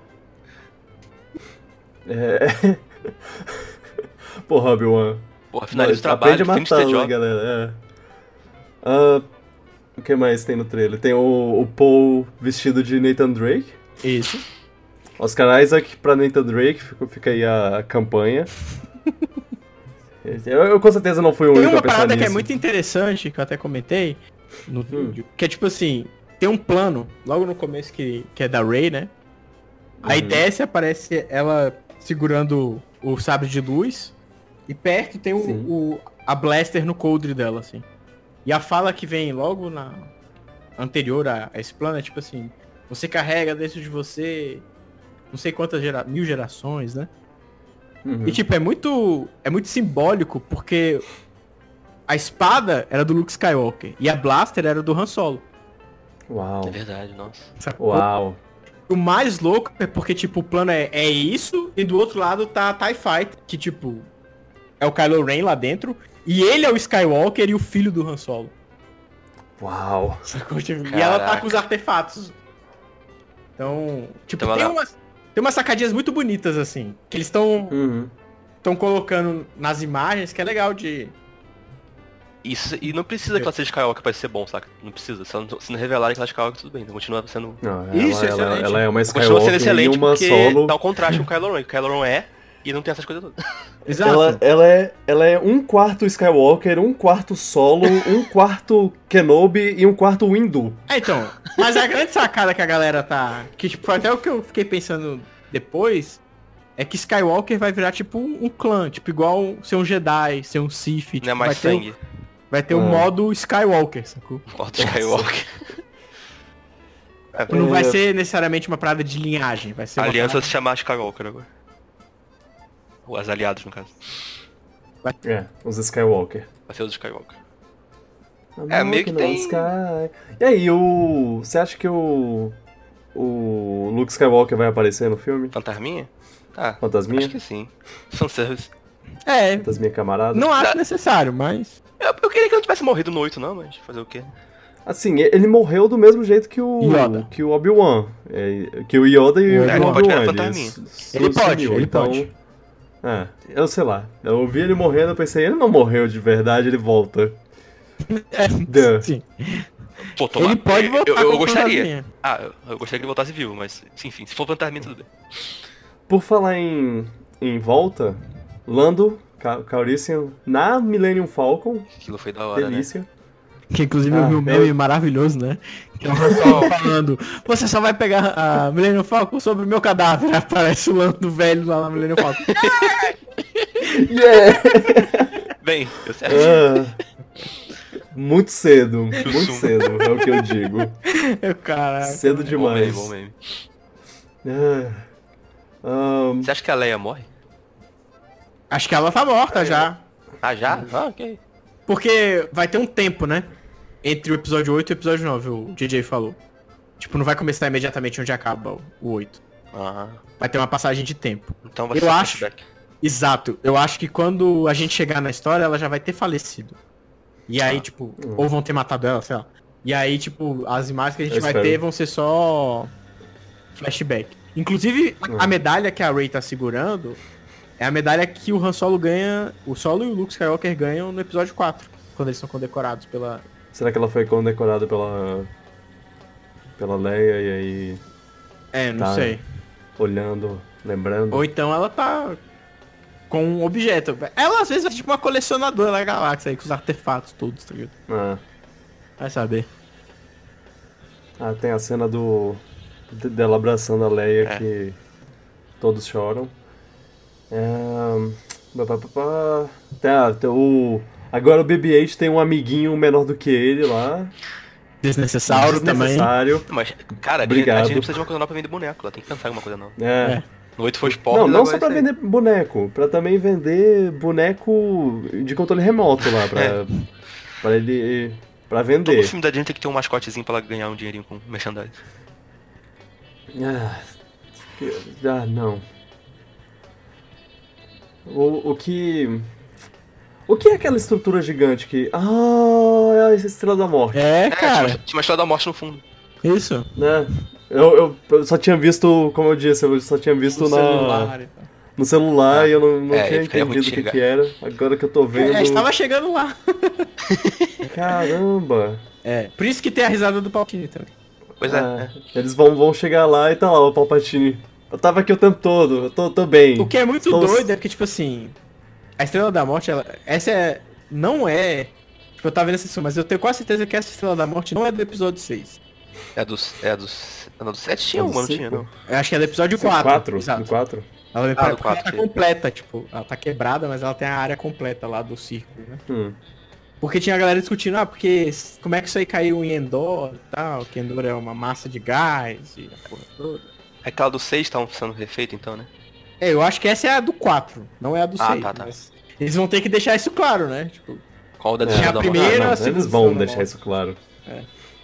É... Porra, Obi-Wan. Porra, finaliza o Aprende trabalho, a finish the matar, né, job. galera? É. Ah, o que mais tem no trailer? Tem o, o Paul vestido de Nathan Drake. Isso. Oscar Isaac pra Nathan Drake, fica, fica aí a, a campanha. eu, eu com certeza não fui o Tem único uma a pensar parada que é nisso. muito interessante, que eu até comentei no Hum. vídeo, que é tipo assim, tem um plano, logo no começo, que, que é da Rey, né? Aí Uhum. desce, aparece ela segurando o sabre de luz, e perto tem o, Sim. o- a blaster no coldre dela, assim. E a fala que vem logo na anterior a, a esse plano é tipo assim, você carrega dentro de você não sei quantas gera, mil gerações, né? Uhum. E tipo, é muito. É muito simbólico, porque a espada era do Luke Skywalker e a blaster era do Han Solo. Uau. É verdade, nossa. Sacou? Uau. O mais louco é porque, tipo, o plano é, é isso, e do outro lado tá a TIE Fighter, que, tipo, é o Kylo Ren lá dentro, e ele é o Skywalker e o filho do Han Solo. Uau. Sacou? Tipo, e ela tá Caraca. com os artefatos. Então, tipo, Então tem, ela- umas, tem umas sacadinhas muito bonitas, assim, que eles estão Uhum. estão colocando nas imagens, que é legal de... Isso, e não precisa que ela seja Skywalker pra ser bom, saca? Não precisa. Se, ela não, se não revelarem que ela é Skywalker, tudo bem. Então continua sendo... Não, ela, Isso, ela, excelente. ela é uma Continua Skywalker sendo e excelente uma porque solo. dá um contraste com o Kylo Ren. O Kylo Ren é e não tem essas coisas todas. Exato. Ela, ela, é, ela é um quarto Skywalker, um quarto Solo, um quarto Kenobi e um quarto Windu. É, então, mas a grande sacada que a galera tá... Que, tipo, foi até o que eu fiquei pensando depois... É que Skywalker vai virar, tipo, um, um clã. Tipo, igual ser um Jedi, ser um Sith. Tipo, Não é mais vai ter, sangue. um- vai ter um Ah. modo Skywalker, sacou? Porta Skywalker. É, Não vai É. ser necessariamente uma parada de linhagem. Vai ser a uma aliança parada... se chamar Skywalker agora. Ou as aliados, no caso. É, os Skywalker. Vai ser os Skywalker. É, meio que tem- Sky. E aí, o. Você acha que o. O Luke Skywalker vai aparecer no filme? Fantasminha? Ah, Fantasminha? acho que sim. Fanservice. É, Fantasminha camarada? não acho necessário, mas... Eu, eu queria que ele tivesse morrido no oito, não, mas fazer o quê? Assim, ele morreu do mesmo jeito que o. Yoda. Que o Obi-Wan. É, que o Yoda e o É, ele Obi-Wan. pode virar fantasminha. su- Ele pode, sumiu, ele então... pode. É, eu sei lá. Eu vi ele morrendo, eu pensei, ele não morreu de verdade, ele volta. É, Duh. sim. Pô, tomar... Ele pode voltar Eu, eu, eu como gostaria. fantasminha. Ah, eu, eu gostaria que ele voltasse vivo, mas enfim, se for fantasminha, tudo bem. Por falar em, em volta, Lando Ca- Calrissian na Millennium Falcon, Aquilo foi da hora, né? delícia. Que inclusive Ah, eu vi um meme eu- maravilhoso, né? Que é o Han Solo falando, você só vai pegar a Millennium Falcon sobre o meu cadáver. Aí aparece o Lando velho lá na Millennium Falcon. Yeah! Bem, eu sei. Ah, muito cedo, muito Chussum. cedo, é o que eu digo. Eu, caraca. Cedo Bom meme, demais. bom meme. Ah, ahn, Você acha que a Leia morre? Acho que ela tá morta já. Ah, já? Ah, ok. Porque vai ter um tempo, né? Entre o episódio oito e o episódio nove, o D J falou. Tipo, não vai começar imediatamente onde acaba o oito. Ah, Vai ter uma passagem de tempo. então vai Eu ser acho- flashback. Exato. Eu acho que quando a gente chegar na história, ela já vai ter falecido. E aí, Ah. tipo, ou vão ter matado ela, sei lá. E aí, tipo, as imagens que a gente Eu vai espero. ter vão ser só flashback. Inclusive, Hum. a medalha que a Rey tá segurando é a medalha que o Han Solo ganha, o Solo e o Luke Skywalker ganham no episódio quatro, quando eles são condecorados pela... será que ela foi condecorada pela. pela Leia e aí É, não Tá. sei. olhando, lembrando? Ou então ela tá com um objeto. Ela às vezes é tipo uma colecionadora da galáxia aí, com os artefatos todos, tá ligado? Ah, Vai saber. ah, tem a cena do. de- dela abraçando a Leia É. que todos choram. É, pá, pá, pá, pá. Tá, tem o. Agora o B B oito tem um amiguinho menor do que ele lá. Desnecessário também. Desnecessário. Mas, cara, a Obrigado. Disney precisa de uma coisa nova pra vender boneco. Ela tem que pensar em alguma coisa nova. É. É. No oito foi os pobres, Não, não agora só pra isso aí. vender boneco, pra também vender boneco de controle remoto lá, pra... Pra ele... pra Todo vender. filme da Disney tem que ter um mascotezinho pra ela ganhar um dinheirinho com merchandising. Ah, que- ah, não. O, o que... O que é aquela estrutura gigante que... Ah, é a Estrela da Morte, É, É, cara. tinha, tinha uma história da morte no fundo. Isso. né? Eu, eu, eu só tinha visto, como eu disse, eu só tinha visto No na, celular e tal. no celular Ah, e eu não, não é, tinha aí ficaria ruim entendido de o que, chegar. que era. Agora que eu tô vendo... É, estava chegando lá. Caramba! É, por isso que tem a risada do Palpatine também. Pois é, Ah, é. Eles vão, vão chegar lá e tá lá o Palpatine. Eu tava aqui o tempo todo, eu tô, tô bem. O que é muito Tô- doido é porque, tipo assim, a Estrela da Morte, ela, essa é, não é, tipo, eu tava vendo essa sessão, mas eu tenho quase certeza que essa Estrela da Morte não é do episódio seis. É dos. É dos. É do sete tinha É do uma, não cinco? tinha, não. Eu acho que é do episódio Sim, quatro. quatro, Exato. do quatro? Ela, me Ah, parece do que ela quatro, tá sim. completa, tipo, ela tá quebrada, mas ela tem a área completa lá do círculo, né? Hum. Porque tinha a galera discutindo, ah, porque como é que isso aí caiu em Endor e tal, que Endor é uma massa de gás e a porra toda. Aquela do seis tá sendo refeito então, né? É, eu acho que essa é a do quatro, não é a do Ah, seis, tá, tá. mas eles vão ter que deixar isso claro, né? Tipo, Qual da É. Estrela Tinha a da primeira- Morte? Ah, não, a eles segunda vão Estrela da deixar Morte. isso claro. É.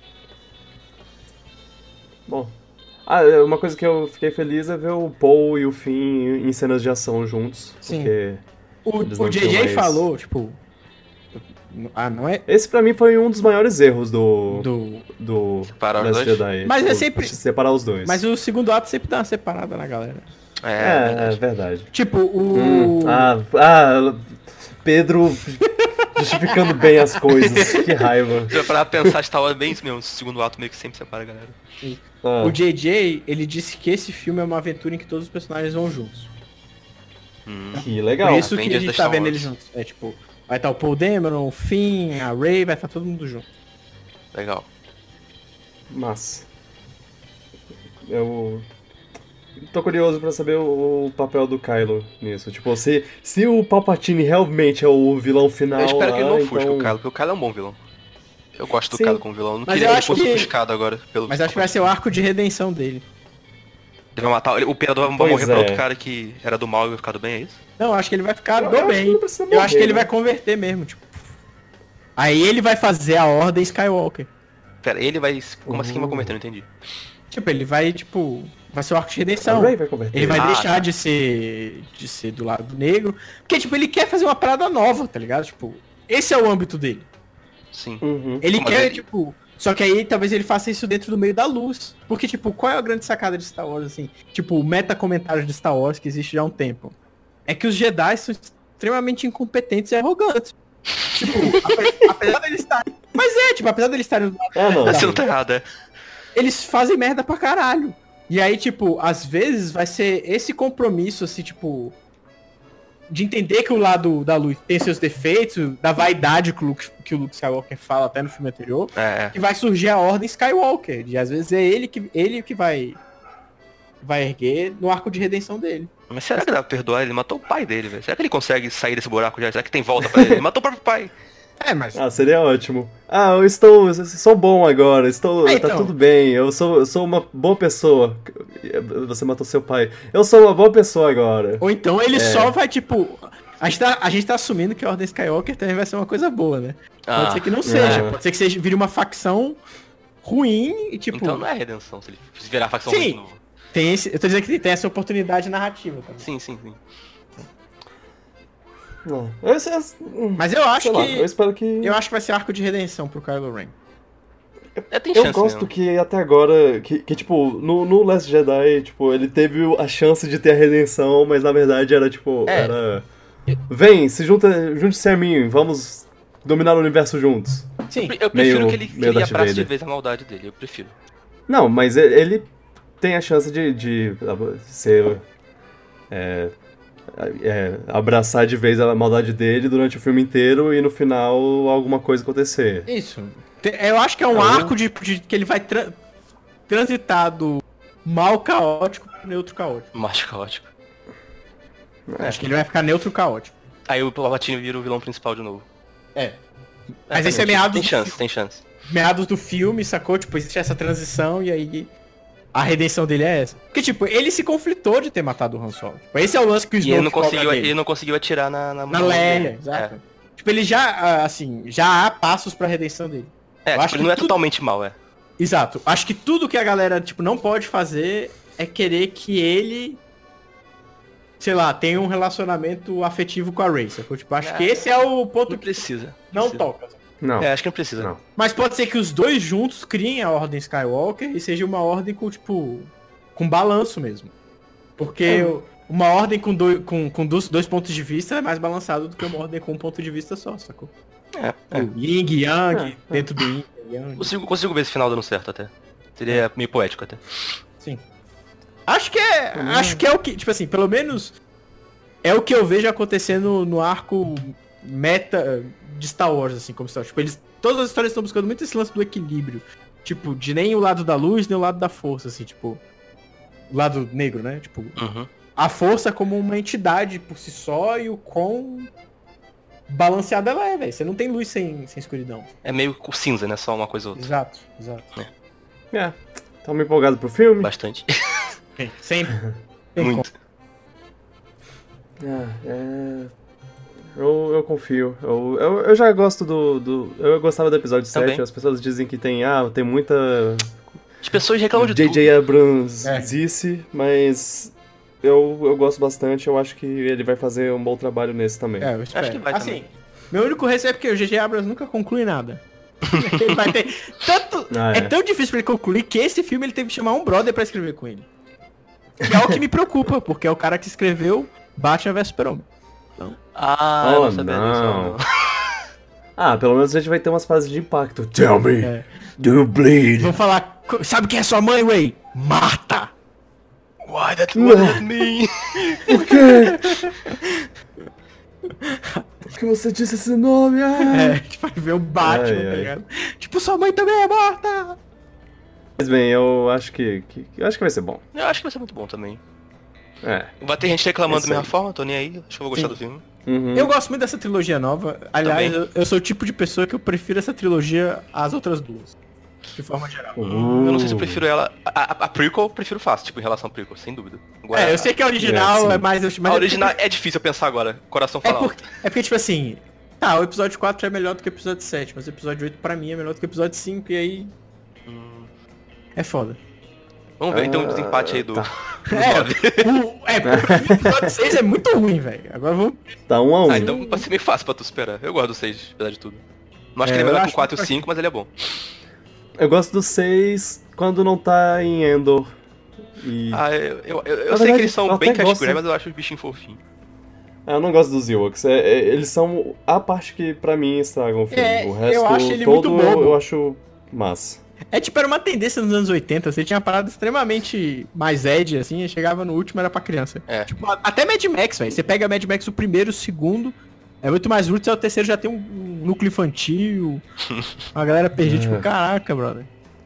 Bom. Ah, é, uma coisa que eu fiquei feliz é ver o Paul e o Finn em cenas de ação juntos. Sim. Porque O, Eles o não J tinham J mais- falou, tipo. Ah, não é. esse pra mim foi um dos maiores erros do. Do. do Separar os Last dois? Jedi. Mas é Tipo, sempre- separar os dois. Mas o segundo ato sempre dá uma separada na galera. É, É, é, é verdade. verdade. Tipo, o. Hum, ah, ah, Pedro justificando bem as coisas. Que raiva. Se eu parar pra pensar, Star Wars é bem isso mesmo. O segundo ato meio que sempre separa a galera. Ah, O J J, ele disse que esse filme é uma aventura em que todos os personagens vão juntos. Hum. que legal. Por isso que a Avengers gente da tá Star vendo Wars. eles juntos. É tipo, vai estar o Paul Dameron, o Finn, a Rey, vai estar todo mundo junto. Legal. Mas. Eu. Tô curioso pra saber o, o papel do Kylo nisso. Tipo, se, se o Palpatine realmente é o vilão final. Eu espero lá, que ele não então... ofusque o Kylo, porque o Kylo é um bom vilão. Eu gosto do Sim. Kylo como vilão. Eu não Mas queria eu que ele acho fosse que- ofuscado agora. Pelo Mas acho que vai ser o arco de redenção dele. Ele vai matar. ele- O Imperador vai Pois morrer pra é. outro cara que era do mal e vai ficar do bem, é isso? Não, acho que ele vai ficar Eu do acho que bem. não precisa Eu acho morrer, que ele né? vai converter mesmo, tipo. Aí ele vai fazer a ordem Skywalker. Pera, ele vai. Como assim Uhum. vai converter? Não entendi. Tipo, ele vai, tipo. Vai ser o arco de A redenção. Rey vai converter. Ele vai Ah, deixar tá. de ser. de ser do lado negro. Porque, tipo, ele quer fazer uma parada nova, tá ligado? Tipo, esse é o âmbito dele. Sim. Uhum. Ele Mas quer, ele- tipo. Só que aí talvez ele faça isso dentro do meio da luz. Porque, tipo, qual é a grande sacada de Star Wars, assim? Tipo, o meta-comentário de Star Wars que existe já há um tempo. É que os Jedi são extremamente incompetentes e arrogantes. Tipo, ape- apesar deles estarem. Mas é, tipo, apesar deles estarem do lado É, não. Você não tá errado, é. eles fazem merda pra caralho. E aí, tipo, às vezes vai ser esse compromisso, assim, tipo. De entender que o lado da luz tem seus defeitos, da vaidade que o Luke, que o Luke Skywalker fala até no filme anterior, É, é. que vai surgir a ordem Skywalker. E às vezes é ele que, ele que vai. Vai erguer no arco de redenção dele. Mas será que dá pra perdoar? Ele matou o pai dele, velho. Será que ele consegue sair desse buraco já? Será que tem volta pra ele? Ele matou o próprio pai. É, mas. Ah, seria ótimo. Ah, eu estou. eu sou bom agora, estou. Ah, tá então. tudo bem, eu sou, eu sou uma boa pessoa. Você matou seu pai. Eu sou uma boa pessoa agora. Ou então ele É. só vai, tipo. A gente, tá, a gente tá assumindo que a Ordem Skywalker também vai ser uma coisa boa, né? Pode Ah, ser que não seja. É. Pode ser que seja, vire uma facção ruim e, tipo. então não é redenção se ele se virar facção Sim. ruim de novo. Tem esse, eu tô dizendo que tem essa oportunidade narrativa também. Sim, sim, sim. Não. Eu, eu, Mas eu acho sei que. lá, eu espero que. Eu acho que vai ser arco de redenção pro Kylo Ren. É, tem Eu chance gosto mesmo. que até agora, que, que tipo, no, no Last Jedi, tipo, ele teve a chance de ter a redenção, mas na verdade era tipo, É. era... Vem, se junta, junte-se a mim, vamos dominar o universo juntos. Sim. Eu prefiro Meio- que ele, que meio ele Darth abrace de Vader. vez a maldade dele, eu prefiro. Não, mas e- ele tem a chance de, de ser... é, é, abraçar de vez a maldade dele durante o filme inteiro e no final alguma coisa acontecer. Isso. Te- Eu acho que é um Então- arco de, de que ele vai tra- transitar do mal caótico pro neutro caótico. Mais caótico. Acho que ele vai ficar neutro caótico. Aí o Palpatine vira o vilão principal de novo. É. Mas É, esse é tem- meados Tem do chance, fi- tem chance. meados do filme, sacou? Tipo, existe essa transição e aí a redenção dele é essa. Porque, tipo, ele se conflitou de ter matado o Han Solo. Tipo, esse é o lance que o E Snoke ele não cobra conseguiu, dele. ele não conseguiu atirar na... Na, Na mão Leia, dele. exato. É. Tipo, ele já, assim, já há passos pra redenção dele. É, Eu tipo, acho ele que não é tudo- totalmente mal, é. Exato. Acho que tudo que a galera, tipo, não pode fazer é querer que ele, sei lá, tenha um relacionamento afetivo com a Rey, sacou? Tipo, acho É. que esse é o ponto Não que precisa. não precisa. toca. Não. É, acho que não precisa. Não. Mas pode ser que os dois juntos criem a Ordem Skywalker e seja uma ordem com, tipo, com balanço mesmo. Porque uma ordem com, dois, com, com dois, dois pontos de vista é mais balançado do que uma ordem com um ponto de vista só, sacou? É, é. O Yin, Yang, É, é. dentro do Yin, Yang. Consigo, consigo ver esse final dando certo até. Seria meio poético até. Sim. Acho que é. Acho que é o que. Tipo assim, pelo menos. É o que eu vejo acontecendo no arco meta de Star Wars, assim, como Star Wars. Tipo, eles. Todas as histórias estão buscando muito esse lance do equilíbrio. Tipo, de nem o lado da luz, nem o lado da força, assim, tipo. O lado negro, né? Tipo, Uhum. a força como uma entidade por si só e o quão balanceada ela é, velho. Você não tem luz sem, sem escuridão. É meio cinza, né? Só uma coisa ou outra. Exato, exato. É. Tamo empolgado pro filme. Bastante. Sim, sempre. Tem Muito. É, é... Eu, eu confio. Eu, eu, eu já gosto do, do. Eu gostava do episódio Também. sete. As pessoas dizem que tem. Ah, tem muita. As pessoas reclamam de J tudo. J. Abrams É. disse, mas. Eu, eu gosto bastante. Eu acho que ele vai fazer um bom trabalho nesse também. É, eu espero. Acho que vai assim, também. meu único receio é porque o J J Abrams nunca conclui nada. Ele vai ter tanto... Ah, é. é. tão difícil pra ele concluir que esse filme ele teve que chamar um brother pra escrever com ele. Que é o que me preocupa, porque é o cara que escreveu Batman versus Super-Homem. Ah, Oh, não sabia disso. não. Não. Ah, pelo menos a gente vai ter umas fases de impacto. Tell me, É. do you bleed? Vão falar, "Co- sabe quem é sua mãe, Ray? Marta! Why that what that mean? Por quê? Por que você disse esse nome? Ah. É, a gente vai ver o Batman, Ai, tá ai. ligado? Tipo, sua mãe também é morta! Mas bem, eu acho que, que. Eu acho que vai ser bom. Eu acho que vai ser muito bom também. É. Vai ter gente reclamando Isso da mesma aí. forma, tô nem aí. Acho que eu vou gostar Sim. do filme. Uhum. Eu gosto muito dessa trilogia nova. Aliás, Também. eu, eu sou o tipo de pessoa que eu prefiro essa trilogia às outras duas. De forma geral. Uh. Eu não sei se eu prefiro ela. A, a, a prequel eu prefiro fácil, tipo, em relação a prequel, sem dúvida. Agora, É, eu sei que a original É, é, sim. mais... Mas a é original porque- é difícil eu pensar agora. Coração É fala porque, alto. é porque, tipo assim... Tá, o episódio quatro é melhor do que o episódio sete, mas o episódio oito pra mim é melhor do que o episódio cinco, e aí... Hum, É foda. Vamos ver então o Ah, desempate aí do. tá. do É, nove. o, é, porque pra mim o episódio seis é muito ruim, velho. Agora vamos... Tá um a um. Ah, então vai ser meio fácil pra tu superar. Eu gosto do seis, apesar de tudo. Não acho É, que ele é eu melhor que acho o quatro e o que- cinco, mas ele é bom. Eu gosto do seis quando não tá em Endor. E... Ah, eu, eu, eu, eu Na sei verdade, que eles eu são bem até cash gosto. grab, mas eu acho os bichinhos fofinhos. Ah, eu não gosto dos Ewoks. É, é, eles são a parte que pra mim estragam o filme. É, o resto eu acho ele todo muito bobo. eu acho massa. É tipo, era uma tendência nos anos oitenta, você tinha uma parada extremamente mais edgy, assim, e chegava no último, era pra criança. É. Tipo, a- até Mad Max, velho. Você pega Mad Max o primeiro, o segundo, é muito mais roots, aí o terceiro já tem um, um núcleo infantil, a galera perdida, tipo, É. caraca, brother.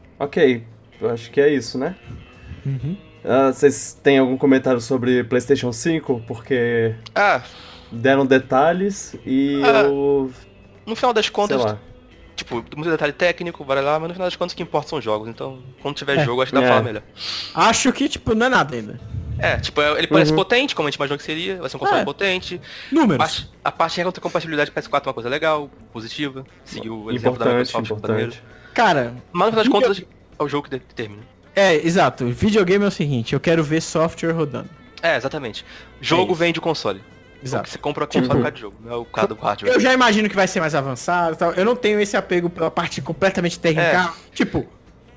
Ok, eu acho que é isso, né? Uhum. Ah, vocês têm algum comentário sobre PlayStation cinco? Porque Ah, deram detalhes e Ah, eu... no final das sei contas, lá. tipo, muito detalhe técnico, vai lá, mas no final das contas o que importa são jogos. Então, quando tiver É. jogo, acho que dá pra É. falar melhor. Acho que, tipo, não é nada ainda. É, tipo, ele parece Uhum. potente, como a gente imaginou que seria, vai ser um console É. potente. A Números. parte, a parte de compatibilidade do P S quatro é uma coisa legal, positiva. Seguiu o exemplo da Importante, Microsoft primeiro. importante. Cara, Mas no final das Video- contas, é o jogo que determina. é, exato. Videogame é o seguinte, eu quero ver software rodando. É, exatamente. Jogo isso. vem de console. Então, Exato. você compra o console por causa de jogo, não é o caso do hardware. Eu já imagino que vai ser mais avançado e tal. Eu não tenho esse apego pela parte completamente técnica. Tipo,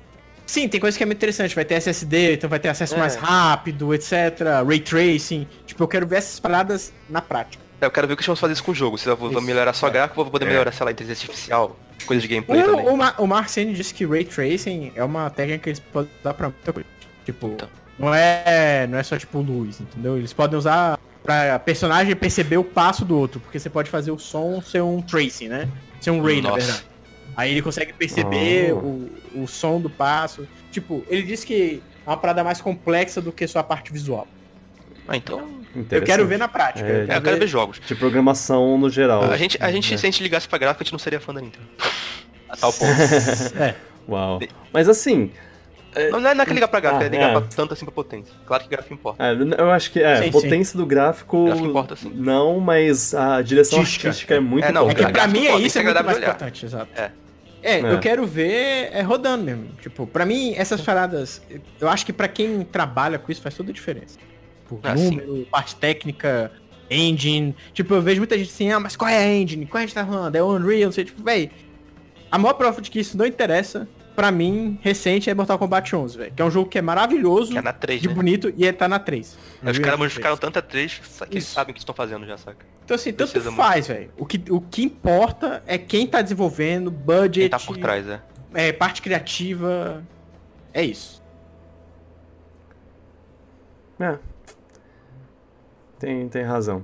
sim, tem coisa que é muito interessante. Vai ter S S D, então vai ter acesso É. mais rápido, etcétera. Ray tracing. Tipo, eu quero ver essas paradas na prática. É, eu quero ver o que eles vão fazer isso com o jogo. Se eu vou, vou Isso, melhorar só é. gráfico, ou vou poder É. melhorar, sei lá, inteligência artificial, coisa de gameplay também. O, o, Ma- o Mark Cerny disse que Ray tracing é uma técnica que eles podem usar pra muita coisa. Tipo, Então. não, é, não é só tipo luz, entendeu? Eles podem usar pra personagem perceber o passo do outro, porque você pode fazer o som ser um tracing, né? Ser um ray, na Nossa. verdade. Aí ele consegue perceber Oh. o, o som do passo. Tipo, ele disse que é uma parada mais complexa do que só a parte visual. Ah, então. Eu quero ver na prática. É, É, eu quero ver jogos. De programação no geral. A gente, a gente É. se a gente ligasse pra gráfico, a gente não seria fã da Nintendo. A tal ponto. É. Uau. Mas assim, Não, não é naquele ligar pra gráfico, Ah, é ligar é. pra tanto assim pra potência. Claro que gráfico importa. É, eu acho que é, Sim, potência do gráfico, Gráfico importa, sim. não, mas a direção Artística. artística é muito É, não, É que importante. pra mim é Pô, tem isso, que é ser muito agradável mais de olhar. importante, exato. É. É, É. eu quero ver é rodando mesmo. Tipo, pra mim, essas paradas, eu acho que pra quem trabalha com isso faz toda a diferença. Tipo, Ah, número, parte técnica, engine. Tipo, eu vejo muita gente assim, ah, mas qual é a engine? Qual a gente tá falando? É o Unreal, não sei, tipo, véi. A maior prova de que isso não interessa, pra mim, recente, é Mortal Kombat onze, velho. Que é um jogo que é maravilhoso, Que é na três, de né? bonito, e ele tá na três. Os Unreal caras três. ficaram tanto a três que eles Isso. sabem o que estão fazendo já, saca? Então assim, tanto Precisa faz, velho. O que, o que importa é quem tá desenvolvendo, budget, Quem tá por trás, é. é, parte criativa. É isso. É. Tem, tem razão.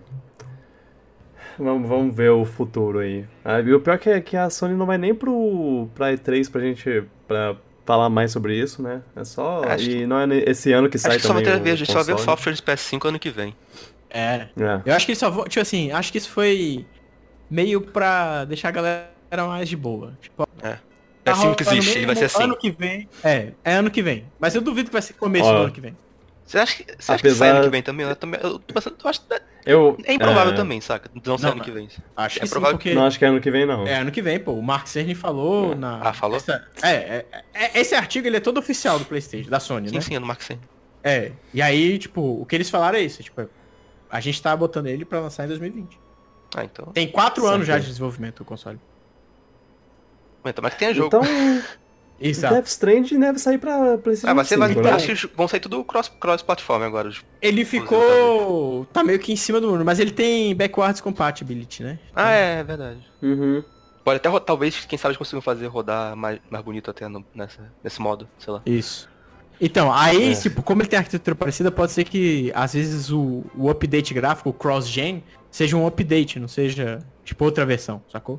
Vamos, vamos ver o futuro aí. Ah, e o pior que é que a Sony não vai nem pro pra E três pra gente pra falar mais sobre isso, né? É só. Acho e não é ne- esse ano que sai Acho que só vai também. ter a ver, a o gente só vê o console. software de P S cinco ano que vem. É. É. Eu acho que eles só vão. Tipo assim, acho que isso foi meio pra deixar a galera mais de boa. Tipo, É. tá É assim que rolando existe, ele vai ser mesmo assim. Ano que vem. É, é ano que vem. Mas eu duvido que vai ser começo Ó, do ano que vem. Você acha que, você acha que Apesar- sai ano que vem também? Eu, também, eu, tô pensando, eu acho que Eu, é improvável é, também, saca? Não sai Não, ano que vem. Acho É que sim, provável porque. Não acho que é ano que vem, não. É ano que vem, pô. O Mark Cerny falou na. Ah, falou? essa- é, é, é- esse artigo ele é todo oficial do PlayStation, da Sony, Sim, né? sim, é no Mark cem. É. E aí, tipo, o que eles falaram é isso. Tipo, a gente tá botando ele pra lançar em dois mil e vinte. Ah, então. Tem quatro anos já Saquei. de desenvolvimento do console. Então, mas que tenha jogo. Então, Exato. Death Stranding deve sair pra PlayStation Ah, vai ser, vai, cinco, eu né? acho que os- vão sair tudo cross, cross-platform agora. Os... Ele ficou. Tá meio que em cima do muro, mas ele tem backwards compatibility, né? Ah, é, é verdade. Uhum. Pode até, ro- talvez, quem sabe, eles consigam fazer rodar mais, mais bonito até no, nessa, nesse modo, sei lá. Isso. Então, aí, É. tipo, como ele tem arquitetura parecida, pode ser que, às vezes, o, o update gráfico, o cross-gen, seja um update, não seja, tipo, outra versão, sacou?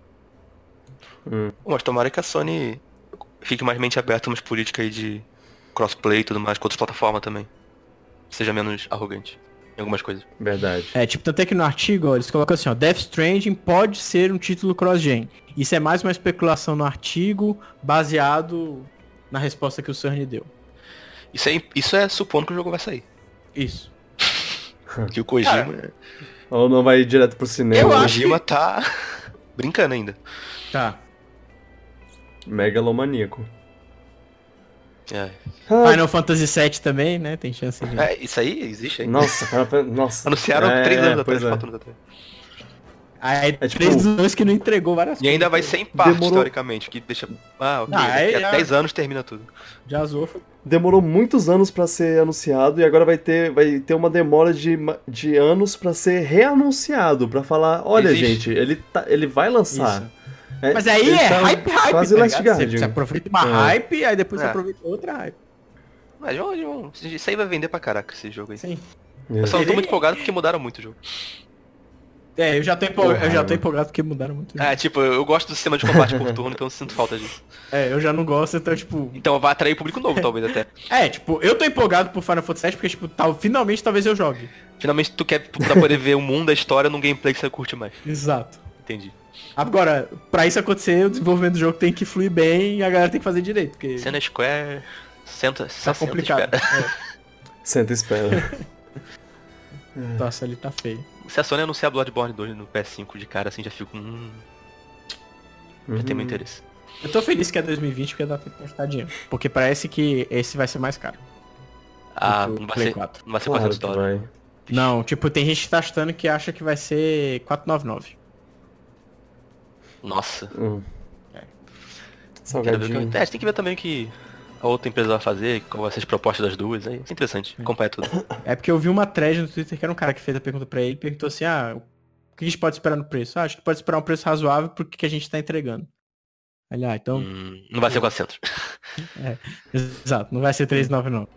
Hum. Bom, mas tomara que a Sony fique mais mente aberta nas políticas aí de crossplay e tudo mais, com outras plataformas também. Seja menos arrogante em algumas coisas. Verdade. É, tipo, tanto é que no artigo, ó, eles colocam assim, ó, Death Stranding pode ser um título cross-gen. Isso é mais uma especulação no artigo, baseado na resposta que o Cerny deu. Isso é, isso é supondo que o jogo vai sair. Isso. Que o Kojima, Ou não vai direto pro cinema. Eu o acho Kojima tá brincando ainda. Tá. Megalomaníaco. É. Ah, Final Fantasy sete também, né? Tem chance de... É, isso aí existe aí. nossa, cara, nossa. Anunciaram É, três anos pois atrás, é. quatro anos atrás. Aí, É tipo- três dos dois que não entregou várias E ainda vai ser em parte, Demorou- teoricamente, que deixa... Ah, ok, Ah, daqui aí a já- dez anos termina tudo. Já zoou, foi... Demorou muitos anos pra ser anunciado e agora vai ter, vai ter uma demora de, ma- de anos pra ser reanunciado, pra falar, olha, Existe. gente, ele, tá, ele vai lançar. Isso. É, Mas aí ele é tá hype, hype, quase tá Last ligado? Você, Guardian. você aproveita uma É. hype, aí depois você É. aproveita outra hype. Mas, João, João, isso aí vai vender pra caraca, esse jogo aí. Sim. É. Eu só não tô Ele- muito empolgado porque mudaram muito o jogo. É, eu já tô, empol... Porra, eu já tô mano. empolgado porque mudaram muito. É, tipo, eu gosto do sistema de combate por turno, então eu sinto falta disso. É, eu já não gosto, então, tipo... Então vai atrair público novo, talvez, até. É, tipo, eu tô empolgado por Final Fantasy sete porque, tipo, tal... finalmente talvez eu jogue. Finalmente tu quer pra poder ver o mundo, a história num gameplay que você curte mais. Exato. Entendi. Agora, pra isso acontecer, o desenvolvimento do jogo tem que fluir bem e a galera tem que fazer direito, porque Cena Square... Senta, tá senta, complicado. espera. É. Senta e espera. Nossa, ali tá feio. Se a Sony anunciar Bloodborne dois no P S cinco de cara, assim, já fico... Hum, já tem meu interesse. Eu tô feliz que é dois mil e vinte porque dá tempo de gastar dinheiro. Porque parece que esse vai ser mais caro. Ah, do não vai Play ser, quatro. não vai ser Claro quatrocentos que dólares. vai. Não, tipo, tem gente que tá achando que acha que vai ser quatrocentos e noventa e nove. Nossa. Hum. É. Quero ver o que... Salgadinho. É, tem que ver também o que a outra empresa vai fazer, qual vai ser as propostas das duas, aí é interessante, acompanhar tudo. É porque eu vi uma thread no Twitter que era um cara que fez a pergunta pra ele, perguntou assim, ah, o que a gente pode esperar no preço? Ah, acho que pode esperar um preço razoável pro que a gente tá entregando. Aí ele, ah, então, Hum, não vai ser quatrocentos. exato, não vai ser trezentos e noventa e nove.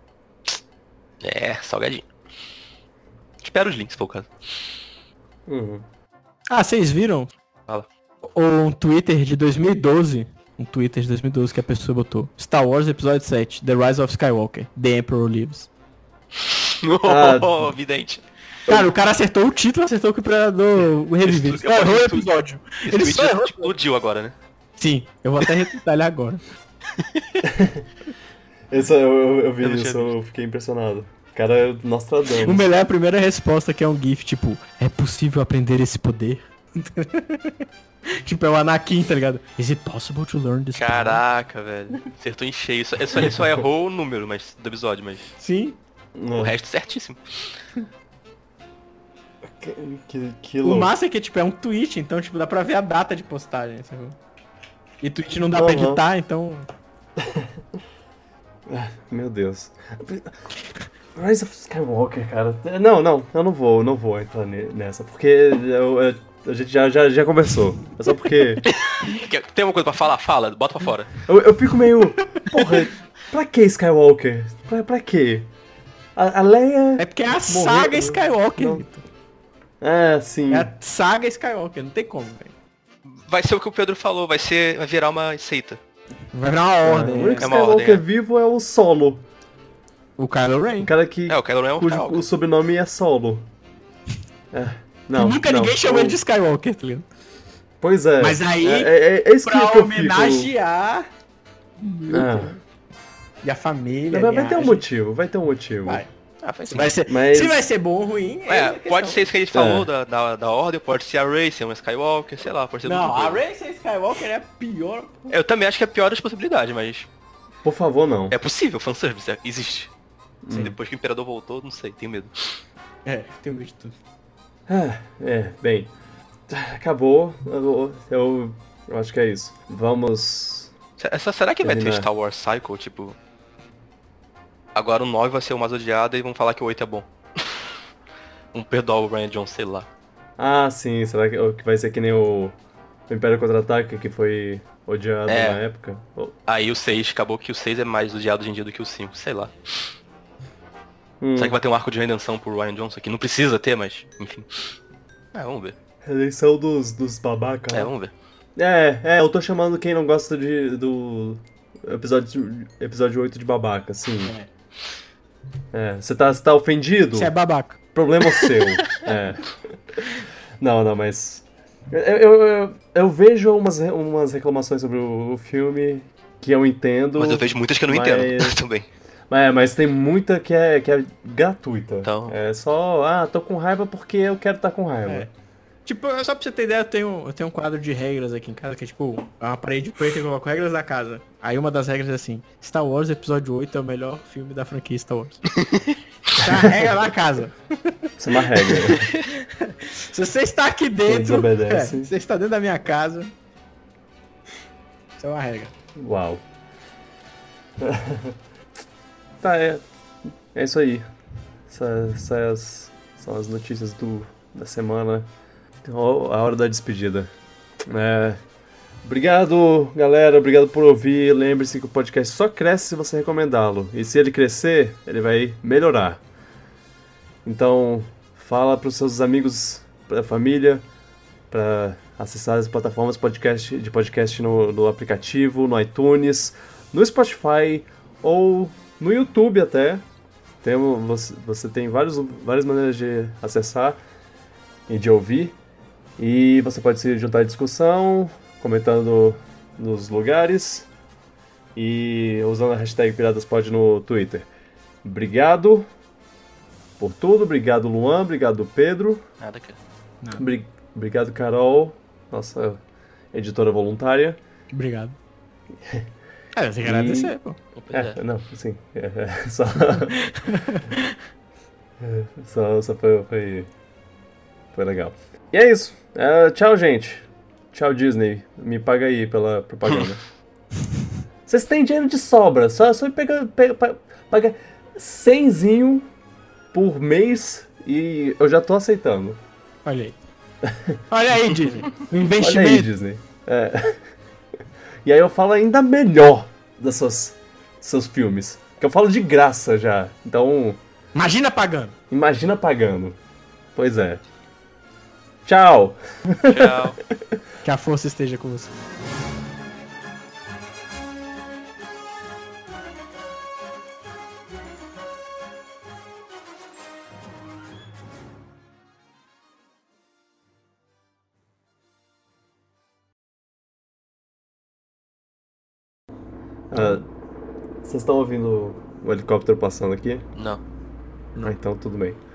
É, salgadinho. Espero os links, se for o caso. Uhum. Ah, vocês viram? Fala. Um Twitter de dois mil e doze, um Twitter de dois mil e doze que a pessoa botou, Star Wars Episódio sete, The Rise of Skywalker, The Emperor Lives. Ah. Oh, vidente. Cara, o cara acertou o título, acertou que o Predador o revivido. Esse Só errou o tweet- episódio. Esse Ele tweet só errou. explodiu agora, né? Sim, eu vou até retweetar ele agora. Esse, eu, eu, eu vi Eu não tinha isso, eu fiquei impressionado. O cara é Nostradamus. O melhor é a primeira resposta, que é um gif, tipo, é possível aprender esse poder? Tipo, é o Anakin, tá ligado? Is it possible to learn this power? Caraca, velho. Acertou em cheio. Só- Ele só, ele só errou o número mas, do episódio, mas Sim. o resto certíssimo. Que, que, que O louco. massa é que, tipo, é um tweet, então, tipo, dá pra ver a data de postagem, sacou? E tweet não dá pra Aham. editar, então... Meu Deus. Rise of Skywalker, cara. Não, não, eu não vou, não vou entrar ne- nessa, porque eu, eu- a gente já, já, já conversou. É só porque. Quer- Tem alguma coisa pra falar? Fala, bota pra fora. Eu, eu fico meio. Porra, pra que Skywalker? Pra, pra quê? A, a Leia. É porque é a Morreu- saga Skywalker, não. Vitor. É, sim. É a saga Skywalker, não tem como, velho. Vai ser o que o Pedro falou, vai ser. Vai virar uma seita. Vai virar uma ordem. o único é uma Skywalker ordem, é. vivo é o Solo. O Kylo Ren. O cara que. É, o Kylo Ren é um cujo Skywalker. o sobrenome é Solo. É. Não, Nunca não. ninguém chamou O- ele de Skywalker, tá ligado? Pois é. Mas aí, É, é, é isso que, Pra que eu homenagear fico. Ah. e a família. Vai, a vai ter um linhagem. motivo, vai ter um motivo. Vai. Ah, faz Se vai ser, Mas- se vai ser bom ou ruim, É, a pode questão. ser isso que a gente falou É. da, da, da ordem, pode ser a Rey, ser um Skywalker, sei lá, pode ser Não, muita a coisa. Rey ser Skywalker é a pior. Eu também acho que é a pior das possibilidades, mas Por favor, não. é possível, fanservice, é, existe. Hum. Depois que o Imperador voltou, não sei, tenho medo. É, tem medo de tudo. Ah, é, bem. Acabou. Eu, eu, eu acho que é isso. Vamos. Se- Essa, será que vai ter Terminar. Star Wars Cycle, tipo... Agora o nove vai ser o mais odiado e vão falar que o oito é bom. Vamos perdoar o Ryan Johnson, sei lá. Ah, sim. Será que, que vai ser que nem o, o Império Contra-Ataca, que foi odiado É. na época? Oh, Aí o seis, acabou que o seis é mais odiado hoje em dia do que o cinco, sei lá. hum, Será que vai ter um arco de redenção pro Ryan Johnson aqui? Não precisa ter, mas, enfim. É, vamos ver. Eleição dos, dos babaca. É, vamos ver. É, é, eu tô chamando quem não gosta de, do episódio, episódio oito de babaca, sim. É, você tá, você tá ofendido? Você é babaca. Problema seu. É. Não, não, mas. Eu, eu, eu, eu vejo umas, re- umas reclamações sobre o, o filme que eu entendo. Mas eu vejo muitas que eu não mas- entendo também. É, mas tem muita que é, que é gratuita. Então. É só, ah, tô com raiva porque eu quero estar com raiva. É. Tipo, só pra você ter ideia, eu tenho, eu tenho um quadro de regras aqui em casa, que é tipo, é uma parede preta que eu coloco regras da casa. Aí uma das regras é assim, Star Wars Episódio oito é o melhor filme da franquia Star Wars. Tá a regra da casa. Isso é uma regra. Se você está aqui dentro, desobedece. é, se você está dentro da minha casa, isso é uma regra. Uau. Tá, é. É isso aí. Essas, essas são as notícias do, da semana. Ó, a hora da despedida. É, obrigado, galera. Obrigado por ouvir. Lembre-se que o podcast só cresce se você recomendá-lo. E se ele crescer, ele vai melhorar. Então, fala para os seus amigos, para a família, para acessar as plataformas podcast, de podcast no, no aplicativo, no iTunes, no Spotify ou no YouTube até. Tem, você, você tem vários, várias maneiras de acessar e de ouvir. E você pode se juntar à discussão, comentando nos lugares e usando a hashtag PiratasPod no Twitter. Obrigado por tudo. Obrigado, Luan. Obrigado, Pedro. Nada, cara. Bri- Obrigado, Carol, nossa editora voluntária. Obrigado. É, eu tenho que E- agradecer, pô. Pois é. É, não, sim. É, é, só... É, só, só foi, foi. Foi legal. E é isso. É, tchau, gente. Tchau, Disney. Me paga aí pela propaganda. Vocês têm dinheiro de sobra. Só, só pega, pega, pa- paga cenzinho por mês e eu já tô aceitando. Olha aí. Olha aí, Disney. Um Olha aí, investimento. Disney. É. E aí eu falo ainda melhor das suas, dos seus filmes. Que eu falo de graça já. Então, Imagina pagando. imagina pagando. Pois é. Tchau! Tchau. Que a força esteja com você. Ah, Vocês estão ouvindo o helicóptero passando aqui? Não. Ah, então tudo bem.